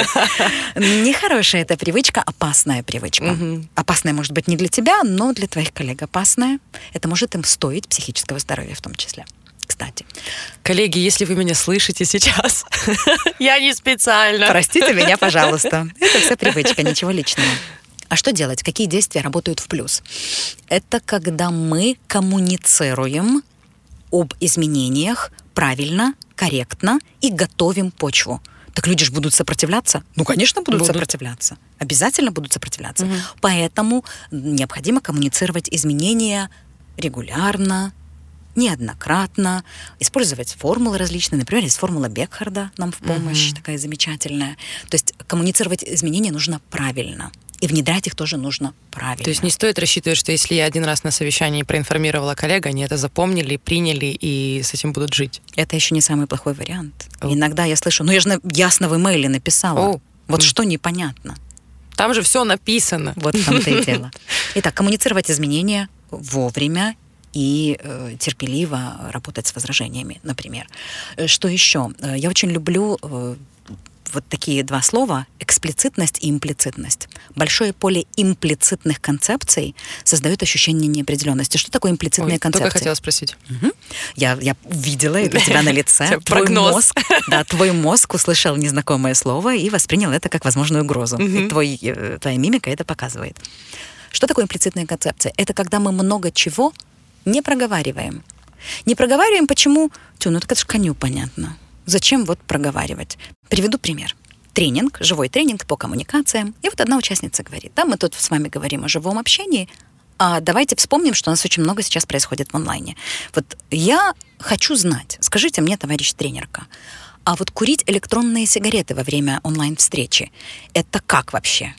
Нехорошая эта привычка, опасная привычка. Угу. Опасная может быть не для тебя, но для твоих коллег опасная. Это может им стоить психического здоровья в том числе. Кстати. Коллеги, если вы меня слышите сейчас, я не специально. Простите меня, пожалуйста. Это вся привычка, ничего личного. А что делать? Какие действия работают в плюс? Это когда мы коммуницируем об изменениях правильно, корректно и готовим почву. Так люди же будут сопротивляться? Ну, конечно, будут, будут. сопротивляться. Обязательно будут сопротивляться. Угу. Поэтому необходимо коммуницировать изменения регулярно, неоднократно, использовать формулы различные. Например, есть формула Бекхарда нам в помощь, угу. такая замечательная. То есть коммуницировать изменения нужно правильно. И внедрять их тоже нужно правильно. То есть не стоит рассчитывать, что если я один раз на совещании проинформировала коллега, они это запомнили, приняли и с этим будут жить. Это еще не самый плохой вариант. О. Иногда я слышу, ну я же ясно в имейле написала. О. Вот mm. что непонятно. Там же все написано. Вот в том-то и дело. Итак, коммуницировать изменения вовремя и э, терпеливо работать с возражениями, например. Что еще? Я очень люблю... Э, вот такие два слова – эксплицитность и имплицитность. Большое поле имплицитных концепций создает ощущение неопределенности. Что такое имплицитные Ой, концепции? Только хотела спросить. Угу. Я, я видела это у тебя на лице. Твой мозг, да, твой мозг услышал незнакомое слово и воспринял это как возможную угрозу. И твой, твоя мимика это показывает. Что такое имплицитная концепция? Это когда мы много чего не проговариваем. Не проговариваем, почему? Тю, ну так это ж коню понятно. Зачем вот проговаривать? Приведу пример. Тренинг, живой тренинг по коммуникациям. И вот одна участница говорит, да, мы тут с вами говорим о живом общении, а давайте вспомним, что у нас очень много сейчас происходит в онлайне. Вот я хочу знать, скажите мне, товарищ тренерка, а вот курить электронные сигареты во время онлайн-встречи, это как вообще?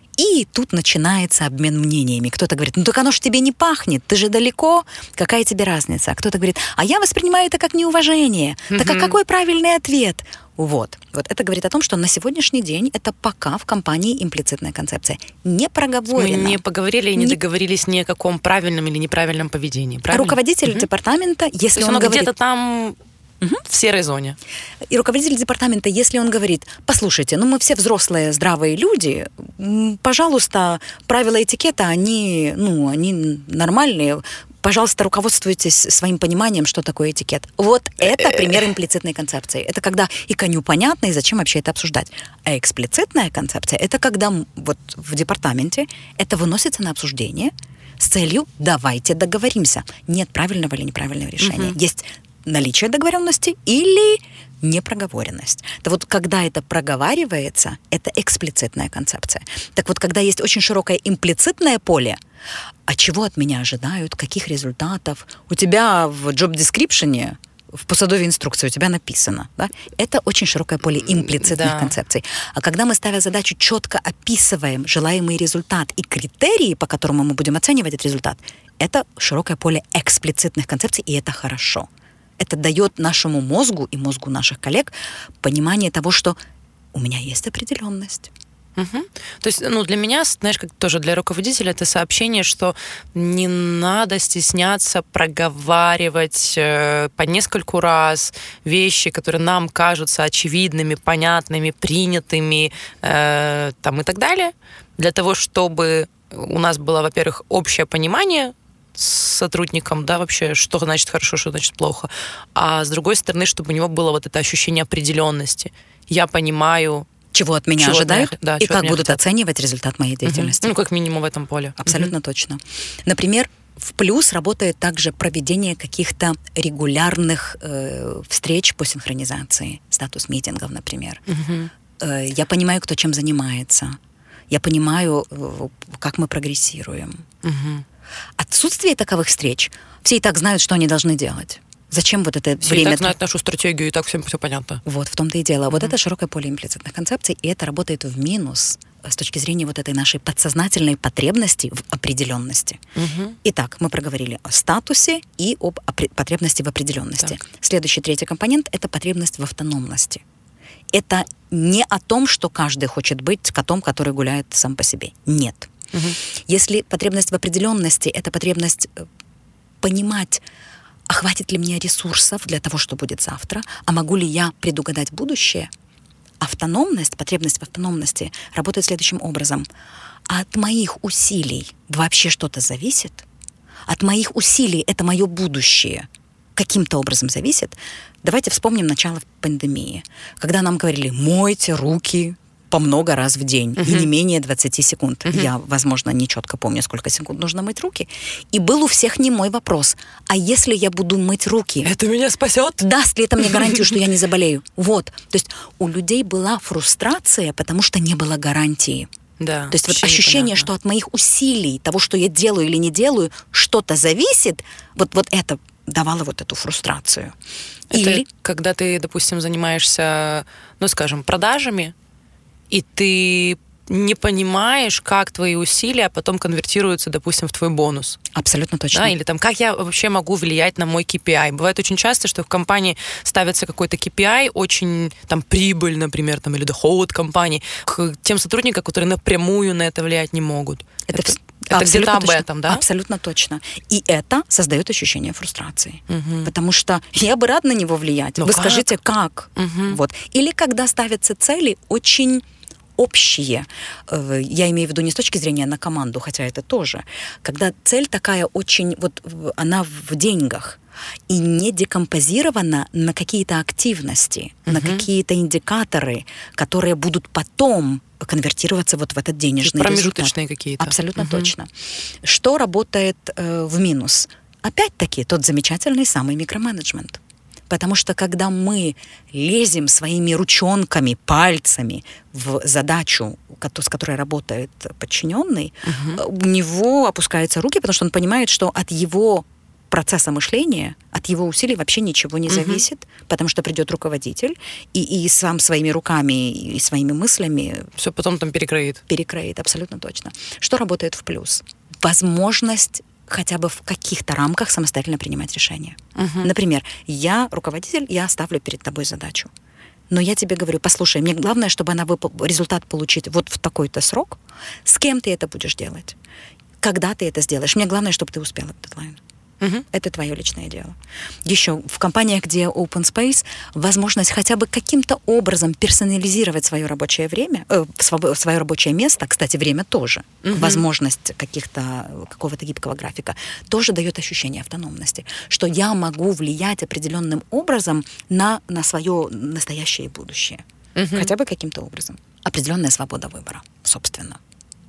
И тут начинается обмен мнениями. Кто-то говорит, ну так оно ж тебе не пахнет, ты же далеко, какая тебе разница? А кто-то говорит, а я воспринимаю это как неуважение. Mm-hmm. Так а какой правильный ответ? Вот. Вот это говорит о том, что на сегодняшний день это пока в компании имплицитная концепция. Не проговорено. Мы не поговорили и не, не договорились ни о каком правильном или неправильном поведении. Правильно? Руководитель mm-hmm. департамента, если он говорит... где-то там... Угу. В серой зоне. И руководитель департамента, если он говорит, послушайте, ну мы все взрослые, здравые люди, пожалуйста, правила этикета, они, ну, они нормальные, пожалуйста, руководствуйтесь своим пониманием, что такое этикет. Вот это пример имплицитной концепции. Это когда и коню понятно, и зачем вообще это обсуждать. А эксплицитная концепция, это когда вот в департаменте это выносится на обсуждение с целью «давайте договоримся». Нет правильного или неправильного решения. Угу. Есть наличие договоренности или непроговоренность. Так вот, когда это проговаривается, это эксплицитная концепция. Так вот, когда есть очень широкое имплицитное поле, а чего от меня ожидают, каких результатов, у тебя в job description, в посадовой инструкции у тебя написано, да? Это очень широкое поле имплицитных да. концепций. А когда мы, ставя задачу, четко описываем желаемый результат и критерии, по которым мы будем оценивать этот результат, это широкое поле эксплицитных концепций, и это хорошо. Это дает нашему мозгу и мозгу наших коллег понимание того, что у меня есть определенность. Угу. То есть, ну, для меня, знаешь, как тоже для руководителя, это сообщение, что не надо стесняться проговаривать э, по нескольку раз вещи, которые нам кажутся очевидными, понятными, принятыми, э, там и так далее, для того, чтобы у нас было, во-первых, общее понимание с сотрудником, да, вообще, что значит хорошо, что значит плохо, а с другой стороны, чтобы у него было вот это ощущение определенности. Я понимаю, чего от меня чего ожидают, от меня, да, и как будут хотят. оценивать результат моей деятельности. Угу. Ну, как минимум в этом поле. Абсолютно угу. точно. Например, в плюс работает также проведение каких-то регулярных э, встреч по синхронизации, статус-митингов, например. Угу. Э, я понимаю, кто чем занимается. Я понимаю, э, как мы прогрессируем. Угу. Отсутствие таковых встреч, все и так знают, что они должны делать. Зачем вот это все время... Все и так знают нашу стратегию, и так всем все понятно. Вот, в том-то и дело. Mm-hmm. Вот это широкое поле имплицитных концепций, и это работает в минус с точки зрения вот этой нашей подсознательной потребности в определенности. Mm-hmm. Итак, мы проговорили о статусе и об опре- потребности в определенности. Так. Следующий, третий компонент — это потребность в автономности. Это не о том, что каждый хочет быть котом, который гуляет сам по себе. Нет. Угу. Если потребность в определенности — это потребность понимать, а хватит ли мне ресурсов для того, что будет завтра, а могу ли я предугадать будущее, автономность, потребность в автономности работает следующим образом. А от моих усилий вообще что-то зависит? От моих усилий это мое будущее каким-то образом зависит? Давайте вспомним начало пандемии, когда нам говорили «мойте руки», по много раз в день, uh-huh. и не менее двадцать секунд. Uh-huh. Я, возможно, не четко помню, сколько секунд нужно мыть руки. И был у всех немой вопрос. А если я буду мыть руки? Это меня спасет? Даст ли это мне гарантию, что я не заболею? Вот. То есть у людей была фрустрация, потому что не было гарантии. Да, То есть вот ощущение, непонятно. что от моих усилий, того, что я делаю или не делаю, что-то зависит, вот, вот это давало вот эту фрустрацию. Это или... когда ты, допустим, занимаешься, ну, скажем, продажами, и ты не понимаешь, как твои усилия потом конвертируются, допустим, в твой бонус. Абсолютно точно. Да? Или там, как я вообще могу влиять на мой кей пи ай. Бывает очень часто, что в компании ставится какой-то кей пи ай, очень там прибыль, например, там, или доход компании, к тем сотрудникам, которые напрямую на это влиять не могут. Это, это... Это где-то об этом, да? Абсолютно точно. И это создает ощущение фрустрации. Угу. Потому что я бы рад на него влиять. Но Вы как? скажите, как? Угу. Вот. Или когда ставятся цели очень общие, я имею в виду не с точки зрения на команду, хотя это тоже, когда цель такая очень, вот она в деньгах, и не декомпозирована на какие-то активности, uh-huh. на какие-то индикаторы, которые будут потом конвертироваться вот в этот денежный промежуточные результат. Какие-то. Абсолютно uh-huh. точно. Что работает э, в минус? Опять-таки тот замечательный самый микроменеджмент. Потому что когда мы лезем своими ручонками, пальцами в задачу, с которой работает подчиненный, uh-huh. у него опускаются руки, потому что он понимает, что от его процесса мышления, от его усилий вообще ничего не зависит, угу. потому что придет руководитель и, и сам своими руками и своими мыслями... Все потом там перекроит. Перекроит, абсолютно точно. Что работает в плюс? Возможность хотя бы в каких-то рамках самостоятельно принимать решения. Угу. Например, я руководитель, я ставлю перед тобой задачу. Но я тебе говорю, послушай, мне главное, чтобы она выпол- результат получить вот в такой-то срок. С кем ты это будешь делать? Когда ты это сделаешь? Мне главное, чтобы ты успела в дедлайн. Угу. Это твое личное дело. Еще в компаниях, где open space, возможность хотя бы каким-то образом персонализировать свое рабочее время, э, свое рабочее место, кстати, время тоже, угу. возможность каких-то, какого-то гибкого графика, тоже дает ощущение автономности, что я могу влиять определенным образом на, на свое настоящее и будущее. Угу. Хотя бы каким-то образом. Определенная свобода выбора, собственно.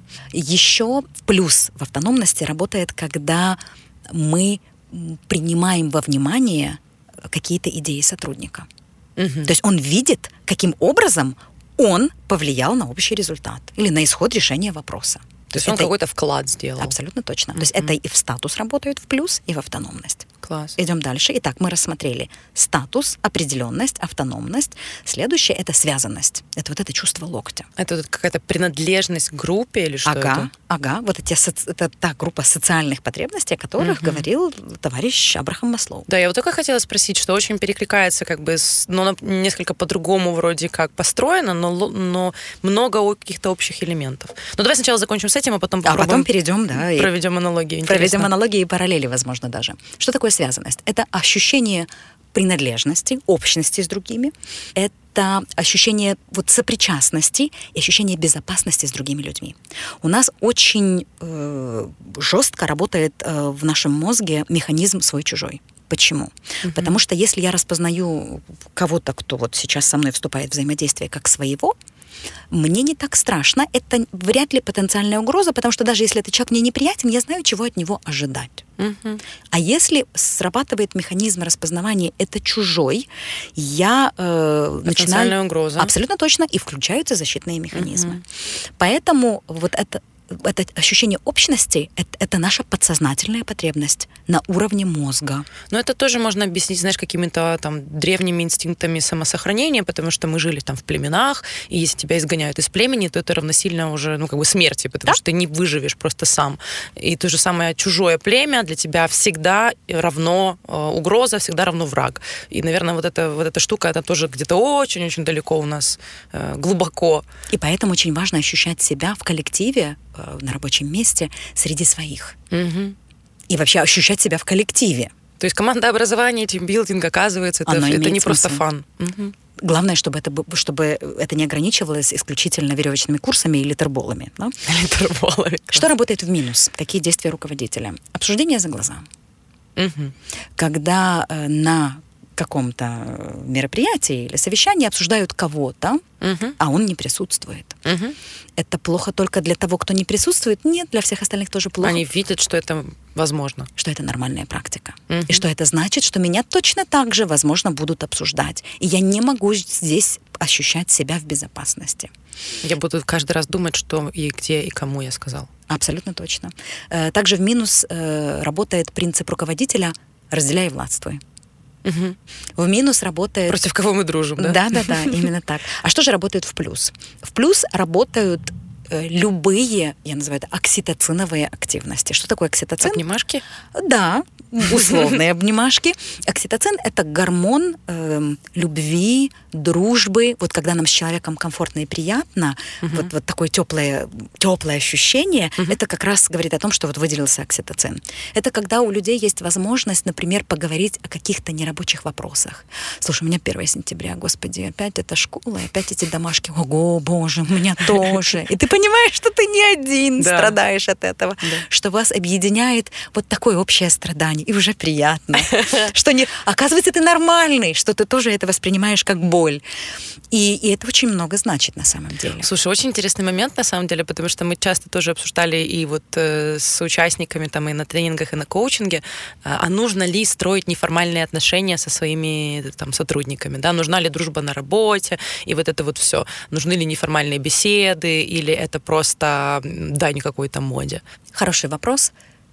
Еще плюс в автономности работает, когда мы принимаем во внимание какие-то идеи сотрудника. Угу. То есть он видит, каким образом он повлиял на общий результат или на исход решения вопроса. То есть он это... какой-то вклад сделал. Абсолютно точно. Mm-hmm. То есть это и в статус работает в плюс, и в автономность. Класс. Идем дальше. Итак, мы рассмотрели статус, определенность, автономность. Следующее — это связанность. Это вот это чувство локтя. Это вот какая-то принадлежность к группе или что ага, это? Ага, вот эти, это та группа социальных потребностей, о которых mm-hmm. говорил товарищ Абрахам Маслоу. Да, я вот только хотела спросить, что очень перекликается как бы, с, ну, несколько по-другому вроде как построено, но, но много каких-то общих элементов. Но давай сначала закончим с этим, а потом попробуем. А потом перейдем, да. Проведем аналогии. Проведем аналогии и параллели, возможно, даже. Что такое связанность? Это ощущение принадлежности, общности с другими. Это ощущение вот сопричастности и ощущение безопасности с другими людьми. У нас очень э, жестко работает э, в нашем мозге механизм свой-чужой. Почему? Uh-huh. Потому что если я распознаю кого-то, кто вот сейчас со мной вступает в взаимодействие как своего, мне не так страшно, это вряд ли потенциальная угроза, потому что даже если этот человек мне неприятен, я знаю, чего от него ожидать. Uh-huh. А если срабатывает механизм распознавания «это чужой», я э, начинаю... угроза. Абсолютно точно, и включаются защитные механизмы. Uh-huh. Поэтому вот это... это ощущение общности это, – это наша подсознательная потребность на уровне мозга. Но это тоже можно объяснить, знаешь, какими-то там древними инстинктами самосохранения, потому что мы жили там в племенах, и если тебя изгоняют из племени, то это равносильно уже, ну, как бы смерти, потому да? что ты не выживешь просто сам. И то же самое чужое племя для тебя всегда равно э, угроза, всегда равно враг. И, наверное, вот эта, вот эта штука, это тоже где-то очень-очень далеко у нас, э, глубоко. И поэтому очень важно ощущать себя в коллективе, на рабочем месте среди своих. Угу. И вообще ощущать себя в коллективе. То есть командообразование, тимбилдинг, оказывается, это, это не просто фан. Угу. Главное, чтобы это, чтобы это не ограничивалось исключительно веревочными курсами и литерболами. Да? Литерболами. Что работает в минус? Какие действия руководителя? Обсуждение за глаза. Угу. Когда э, на каком-то мероприятии или совещании обсуждают кого-то, uh-huh. а он не присутствует. Uh-huh. Это плохо только для того, кто не присутствует? Нет, для всех остальных тоже плохо. Они видят, что это возможно. Что это нормальная практика. Uh-huh. И что это значит, что меня точно так же, возможно, будут обсуждать. И я не могу здесь ощущать себя в безопасности. Я буду каждый раз думать, что и где, и кому я сказал. Абсолютно точно. Также в минус работает принцип руководителя «разделяй и властвуй». Угу. В минус работает... Против кого мы дружим, да? Да-да-да, именно так. А что же работает в плюс? В плюс работают любые, я называю это, окситоциновые активности. Что такое окситоцин? Обнимашки? Да, условные обнимашки. Окситоцин – это гормон э, любви, дружбы. Вот когда нам с человеком комфортно и приятно, uh-huh. вот, вот такое теплое, теплое ощущение, uh-huh. это как раз говорит о том, что вот выделился окситоцин. Это когда у людей есть возможность, например, поговорить о каких-то нерабочих вопросах. Слушай, у меня первое сентября, господи, опять эта школа, опять эти домашки. Ого, боже, у меня тоже. И ты понимаешь, что ты не один да. страдаешь от этого, да. что вас объединяет вот такое общее страдание. И уже приятно. Что не... Оказывается, ты нормальный, что ты тоже это воспринимаешь как боль. И, и это очень много значит на самом деле. Слушай, очень интересный момент на самом деле, потому что мы часто тоже обсуждали и вот э, с участниками там и на тренингах, и на коучинге, э, а нужно ли строить неформальные отношения со своими там сотрудниками, да, нужна ли дружба на работе, и вот это вот все. Нужны ли неформальные беседы, или это просто дань какой-то моде? Хороший вопрос.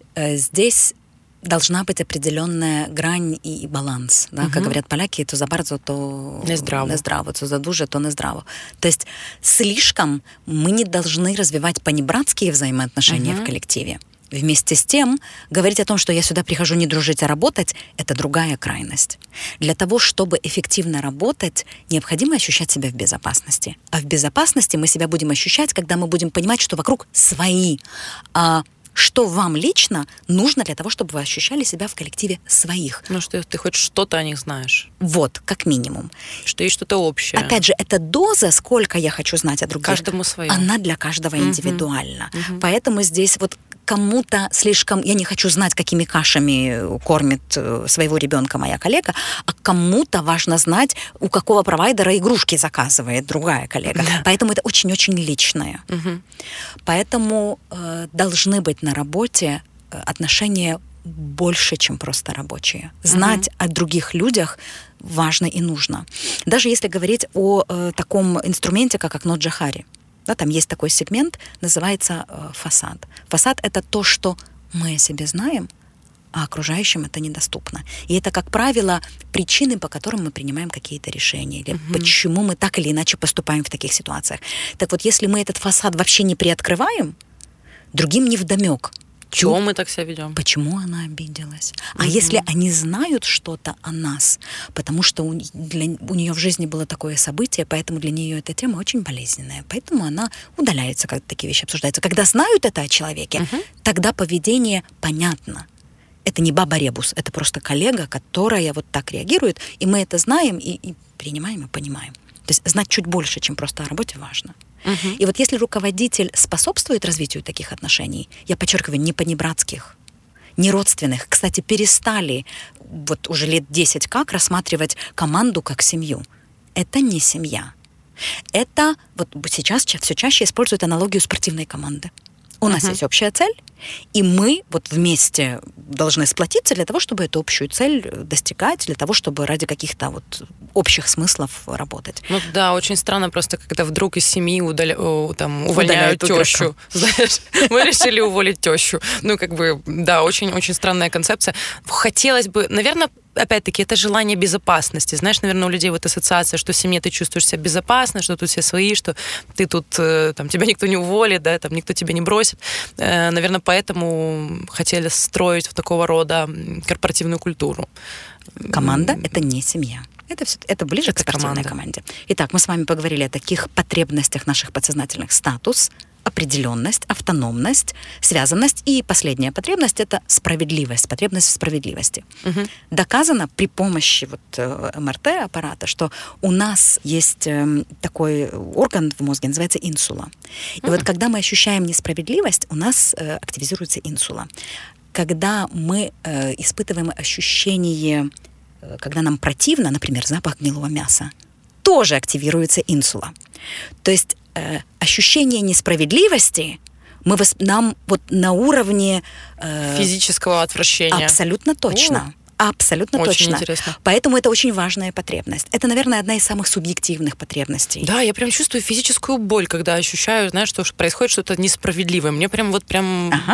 Здесь должна быть определенная грань и, и баланс. Да? Uh-huh. Как говорят поляки, то за bardzo, то не здраво. Не здраво, то за дуже, то не здраво. То есть слишком мы не должны развивать понебратские взаимоотношения uh-huh. в коллективе. Вместе с тем, говорить о том, что я сюда прихожу не дружить, а работать, это другая крайность. Для того, чтобы эффективно работать, необходимо ощущать себя в безопасности. А в безопасности мы себя будем ощущать, когда мы будем понимать, что вокруг свои, а что вам лично нужно для того, чтобы вы ощущали себя в коллективе своих. Ну, что ты хоть что-то о них знаешь. Вот, как минимум. Что есть что-то общее. Опять же, эта доза, сколько я хочу знать о других, каждому свое. Она для каждого индивидуальна. Uh-huh. Поэтому здесь вот кому-то слишком... Я не хочу знать, какими кашами кормит своего ребенка моя коллега, а кому-то важно знать, у какого провайдера игрушки заказывает другая коллега. Да. Поэтому это очень-очень личное. Угу. Поэтому э, должны быть на работе отношения больше, чем просто рабочие. Знать угу. о других людях важно и нужно. Даже если говорить о э, таком инструменте, как окно Джохари. Да, там есть такой сегмент, называется э, фасад. Фасад — это то, что мы о себе знаем, а окружающим это недоступно. И это, как правило, причины, по которым мы принимаем какие-то решения, или mm-hmm. почему мы так или иначе поступаем в таких ситуациях. Так вот, если мы этот фасад вообще не приоткрываем, другим невдомек. Чего мы так себя ведем? Почему она обиделась? А угу. если они знают что-то о нас, потому что у, для, у нее в жизни было такое событие, поэтому для нее эта тема очень болезненная, поэтому она удаляется, когда такие вещи обсуждаются. Когда знают это о человеке, угу. тогда поведение понятно. Это не баба-ребус, это просто коллега, которая вот так реагирует, и мы это знаем и, и принимаем и понимаем. То есть знать чуть больше, чем просто о работе, важно. Uh-huh. И вот если руководитель способствует развитию таких отношений, я подчеркиваю, не понебратских, не родственных, кстати, перестали вот уже лет десять как рассматривать команду как семью. Это не семья. Это вот сейчас все чаще используют аналогию спортивной команды. У uh-huh. нас есть общая цель, и мы вот вместе должны сплотиться для того, чтобы эту общую цель достигать, для того, чтобы ради каких-то вот общих смыслов работать. Ну да, очень странно просто, когда вдруг из семьи удаля... там, увольняют тещу. Знаешь, мы решили уволить тещу. Ну, как бы, да, очень-очень странная концепция. Хотелось бы, наверное, опять-таки, это желание безопасности. Знаешь, наверное, у людей вот ассоциация, что в семье ты чувствуешь себя безопасно, что тут все свои, что ты тут, там, тебя никто не уволит, да, там, никто тебя не бросит. Наверное, поэтому хотели строить в такого рода корпоративную культуру. Команда — это не семья. Это, все, это ближе это к спортивной команда. Команде. Итак, мы с вами поговорили о таких потребностях наших подсознательных: статус, определенность, автономность, связанность. И последняя потребность — это справедливость, потребность в справедливости. Угу. Доказано при помощи вот эм эр тэ-аппарата, что у нас есть такой орган в мозге, называется инсула. И угу. вот когда мы ощущаем несправедливость, у нас активизируется инсула. Когда мы э, испытываем ощущение, э, когда нам противно, например, запах гнилого мяса, тоже активируется инсула. То есть э, ощущение несправедливости мы вос... нам вот на уровне... Э, физического отвращения. Абсолютно точно. О. Абсолютно очень точно. Интересно. Поэтому это очень важная потребность. Это, наверное, одна из самых субъективных потребностей. Да, я прям чувствую физическую боль, когда ощущаю, знаешь, что происходит что-то несправедливое. Мне прям вот прям... Ага.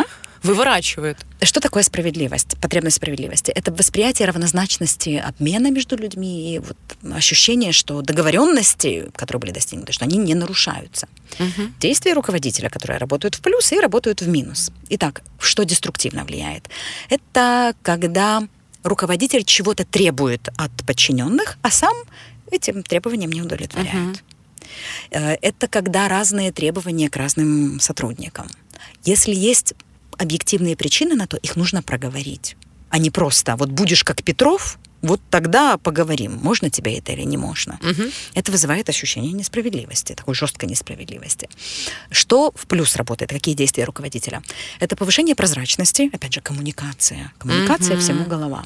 выворачивает. Что такое справедливость, потребность справедливости? Это восприятие равнозначности обмена между людьми и вот ощущение, что договоренности, которые были достигнуты, что они не нарушаются. Угу. Действия руководителя, которые работают в плюс и работают в минус. Итак, что деструктивно влияет? Это когда руководитель чего-то требует от подчиненных, а сам этим требованиям не удовлетворяет. Uh-huh. Это когда разные требования к разным сотрудникам. Если есть объективные причины на то, их нужно проговорить, а не просто вот будешь как Петров, вот тогда поговорим, можно тебе это или не можно. Uh-huh. Это вызывает ощущение несправедливости, такой жесткой несправедливости. Что в плюс работает? Какие действия руководителя? Это повышение прозрачности, опять же, коммуникация. Коммуникация uh-huh. всему голова.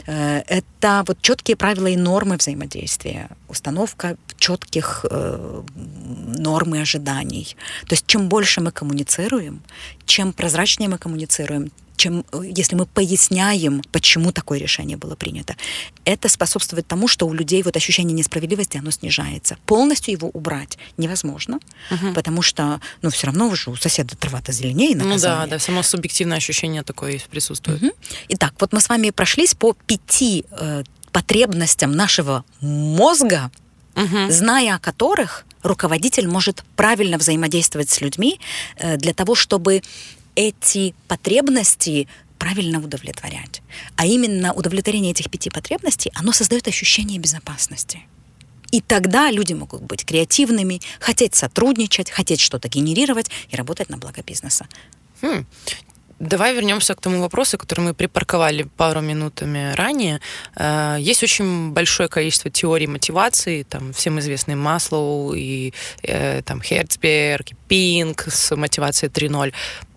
Это вот четкие правила и нормы взаимодействия, установка четких э, норм и ожиданий. То есть чем больше мы коммуницируем, чем прозрачнее мы коммуницируем, чем, если мы поясняем, почему такое решение было принято, это способствует тому, что у людей вот ощущение несправедливости, оно снижается. Полностью его убрать невозможно, угу. потому что, ну, все равно уже у соседа трава-то зеленее, наказание. Ну да, да, само субъективное ощущение такое присутствует. Угу. Итак, вот мы с вами прошлись по пяти э, потребностям нашего мозга, угу. зная о которых руководитель может правильно взаимодействовать с людьми э, для того, чтобы эти потребности правильно удовлетворять. А именно удовлетворение этих пяти потребностей, оно создает ощущение безопасности. И тогда люди могут быть креативными, хотеть сотрудничать, хотеть что-то генерировать и работать на благо бизнеса. Хм. Давай вернемся к тому вопросу, который мы припарковали пару минутами ранее. Есть очень большое количество теорий мотивации, там всем известный Маслоу и там Херцберг, и Пинк с мотивацией три ноль.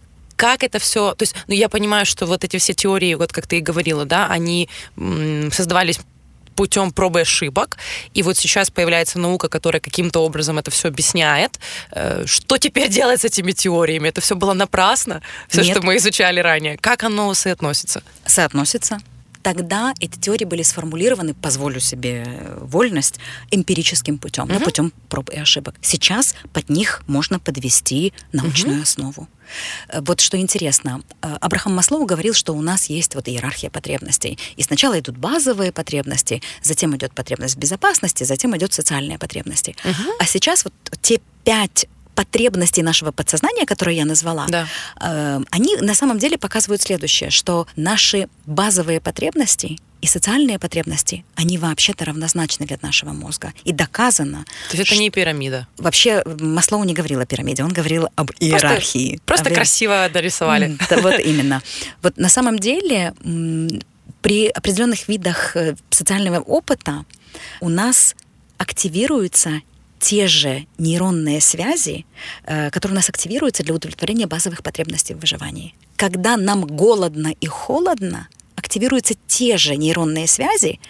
Как это все... То есть, ну, я понимаю, что вот эти все теории, вот как ты и говорила, да, они м, создавались путем пробы и ошибок, и вот сейчас появляется наука, которая каким-то образом это все объясняет. Что теперь делать с этими теориями? Это все было напрасно? Все, Нет. что мы изучали ранее. Как оно соотносится? Соотносится. Тогда эти теории были сформулированы, позволю себе вольность, эмпирическим путем, uh-huh. да, путем проб и ошибок. Сейчас под них можно подвести научную uh-huh. основу. Вот что интересно, Абрахам Маслоу говорил, что у нас есть вот иерархия потребностей. И сначала идут базовые потребности, затем идет потребность в безопасности, затем идет социальные потребности. Uh-huh. А сейчас вот те пять потребностей нашего подсознания, которые я назвала, да. э, они на самом деле показывают следующее, что наши базовые потребности и социальные потребности, они вообще-то равнозначны для нашего мозга. И доказано... То есть это что... не пирамида? Вообще Маслоу не говорил о пирамиде, он говорил об иерархии. Просто, просто об... красиво дорисовали. Да, вот именно. Вот на самом деле при определенных видах социального опыта у нас активируются те же нейронные связи, которые у нас активируются для удовлетворения базовых потребностей в выживании. Когда нам голодно и холодно, активируются те же нейронные связи,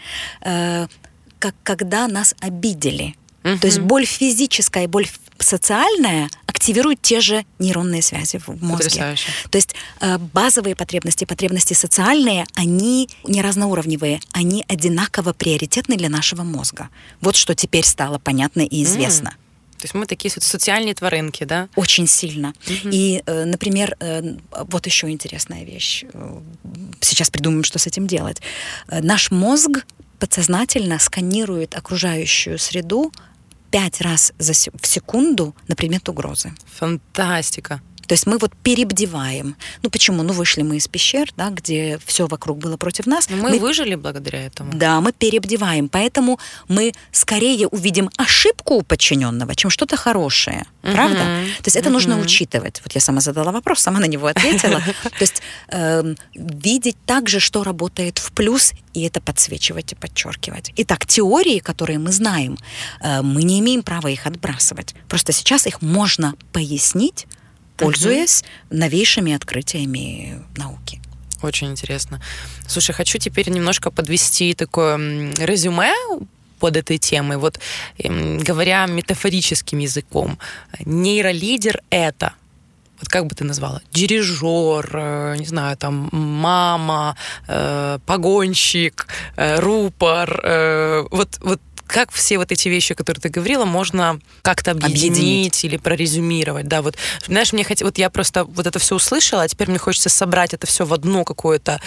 как когда нас обидели. Uh-huh. То есть боль физическая и боль социальная активируют те же нейронные связи в мозге. Потрясающе. То есть э, базовые потребности, потребности социальные, они не разноуровневые, они одинаково приоритетны для нашего мозга. Вот что теперь стало понятно и известно. Mm. То есть мы такие социальные тваринки, да? Очень сильно. Uh-huh. И, э, например, э, вот еще интересная вещь. Сейчас придумаем, что с этим делать. Э, наш мозг подсознательно сканирует окружающую среду пять раз за с- в секунду на предмет угрозы. Фантастика. То есть мы вот перебдеваем. Ну почему? Ну вышли мы из пещер, да, где все вокруг было против нас. Но мы, мы выжили благодаря этому. Да, мы перебдеваем. Поэтому мы скорее увидим ошибку у подчиненного, чем что-то хорошее. Uh-huh. Правда? То есть это uh-huh. нужно учитывать. Вот я сама задала вопрос, сама на него ответила. То есть видеть также, что работает в плюс, и это подсвечивать и подчеркивать. Итак, теории, которые мы знаем, мы не имеем права их отбрасывать. Просто сейчас их можно пояснить, пользуясь uh-huh. новейшими открытиями науки. Очень интересно. Слушай, хочу теперь немножко подвести такое резюме под этой темой. Вот говоря метафорическим языком, нейролидер — это, вот как бы ты назвала, дирижер, не знаю, там, мама, погонщик, рупор, вот, вот как все вот эти вещи, которые ты говорила, можно как-то объединить, объединить. Или прорезюмировать? Да, вот, знаешь, мне хотелось, вот я просто вот это все услышала, а теперь мне хочется собрать это все в одно какое-то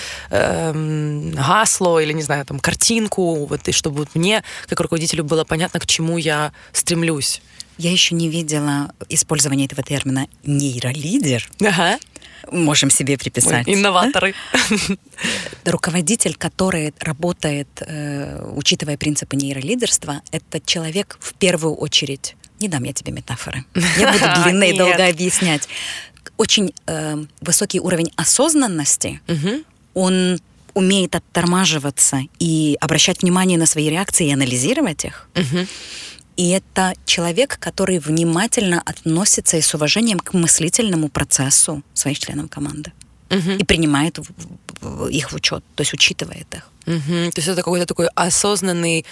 э, гасло или, не знаю, там, картинку, вот, и чтобы вот мне, как руководителю, было понятно, к чему я стремлюсь. Я еще не видела использования этого термина «нейролидер». Ага. Можем себе приписать. Ой, инноваторы. Руководитель, который работает, э, учитывая принципы нейролидерства, это человек в первую очередь. Не дам я тебе метафоры. Я буду длинно и долго объяснять. Очень э, высокий уровень осознанности. Угу. Он умеет оттормаживаться и обращать внимание на свои реакции и анализировать их. Угу. И это человек, который внимательно относится и с уважением к мыслительному процессу своих членов команды. Угу. И принимает их в учет, то есть учитывает их. Угу. То есть это какой-то такой осознанный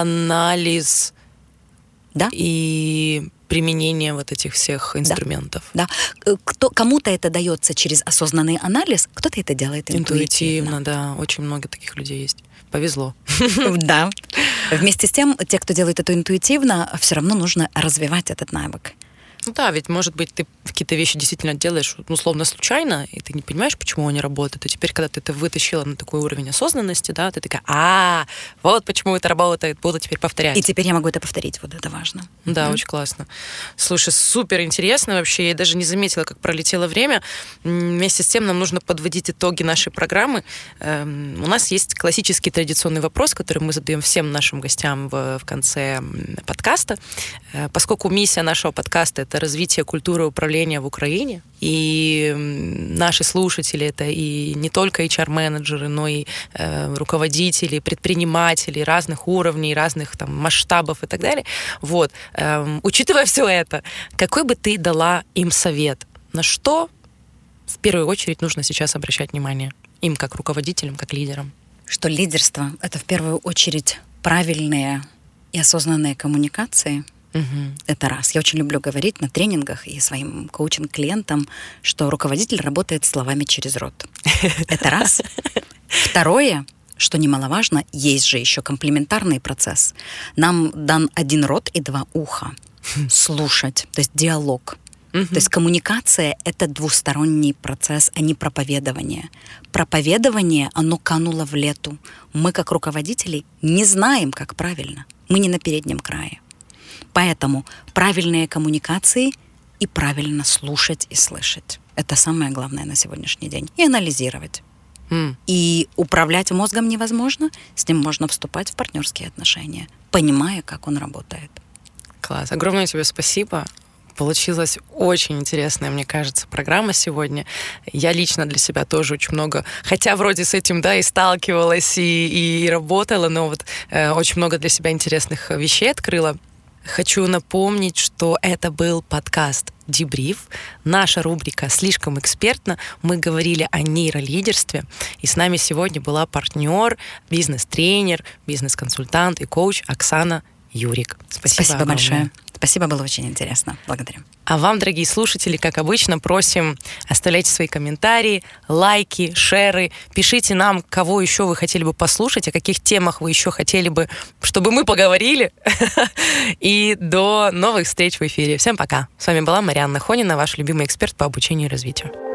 анализ, да, и применение вот этих всех инструментов. Да. Да. Кто, кому-то это дается через осознанный анализ, кто-то это делает интуитивно. Интуитивно, да. Очень много таких людей есть. Повезло. Да. Вместе с тем, те, кто делает это интуитивно, все равно нужно развивать этот навык. Ну да, ведь, может быть, ты какие-то вещи действительно делаешь, ну, условно, случайно, и ты не понимаешь, почему они работают. И теперь, когда ты это вытащила на такой уровень осознанности, да, ты такая, а, вот почему это работает, буду теперь повторять. И теперь я могу это повторить, вот это важно. Да, mm-hmm. очень классно. Слушай, супер интересно вообще, я даже не заметила, как пролетело время. Вместе с тем нам нужно подводить итоги нашей программы. Эм, у нас есть классический традиционный вопрос, который мы задаем всем нашим гостям в, в конце подкаста. Э, поскольку миссия нашего подкаста — это развитие культуры управления в Украине. И наши слушатели — это и не только эйч ар-менеджеры, но и э, руководители, предприниматели разных уровней, разных там масштабов и так далее. Вот. Э, учитывая все это, какой бы ты дала им совет? На что в первую очередь нужно сейчас обращать внимание? Им как руководителям, как лидерам? Что лидерство — это в первую очередь правильные и осознанные коммуникации. Угу. Это раз. Я очень люблю говорить на тренингах и своим коучинг-клиентам, что руководитель работает словами через рот. Это раз. Второе, что немаловажно, есть же еще комплементарный процесс. Нам дан один рот и два уха. Слушать, то есть диалог. Угу. То есть коммуникация — это двусторонний процесс, а не проповедование. Проповедование, оно кануло в лету. Мы, как руководители, не знаем, как правильно. Мы не на переднем крае. Поэтому правильные коммуникации и правильно слушать и слышать. Это самое главное на сегодняшний день. И анализировать. Mm. И управлять мозгом невозможно, с ним можно вступать в партнерские отношения, понимая, как он работает. Класс. Огромное тебе спасибо. Получилась очень интересная, мне кажется, программа сегодня. Я лично для себя тоже очень много, хотя вроде с этим, да, и сталкивалась, и, и работала, но вот э, очень много для себя интересных вещей открыла. Хочу напомнить, что это был подкаст «Дебриф», наша рубрика «Слишком экспертно». Мы говорили о нейролидерстве, и с нами сегодня была партнер, бизнес-тренер, бизнес-консультант и коуч Оксана Юрик. Спасибо, Спасибо большое. Спасибо, было очень интересно. Благодарю. А вам, дорогие слушатели, как обычно, просим оставляйте свои комментарии, лайки, шеры. Пишите нам, кого еще вы хотели бы послушать, о каких темах вы еще хотели бы, чтобы мы поговорили. И до новых встреч в эфире. Всем пока. С вами была Марианна Хонина, ваш любимый эксперт по обучению и развитию.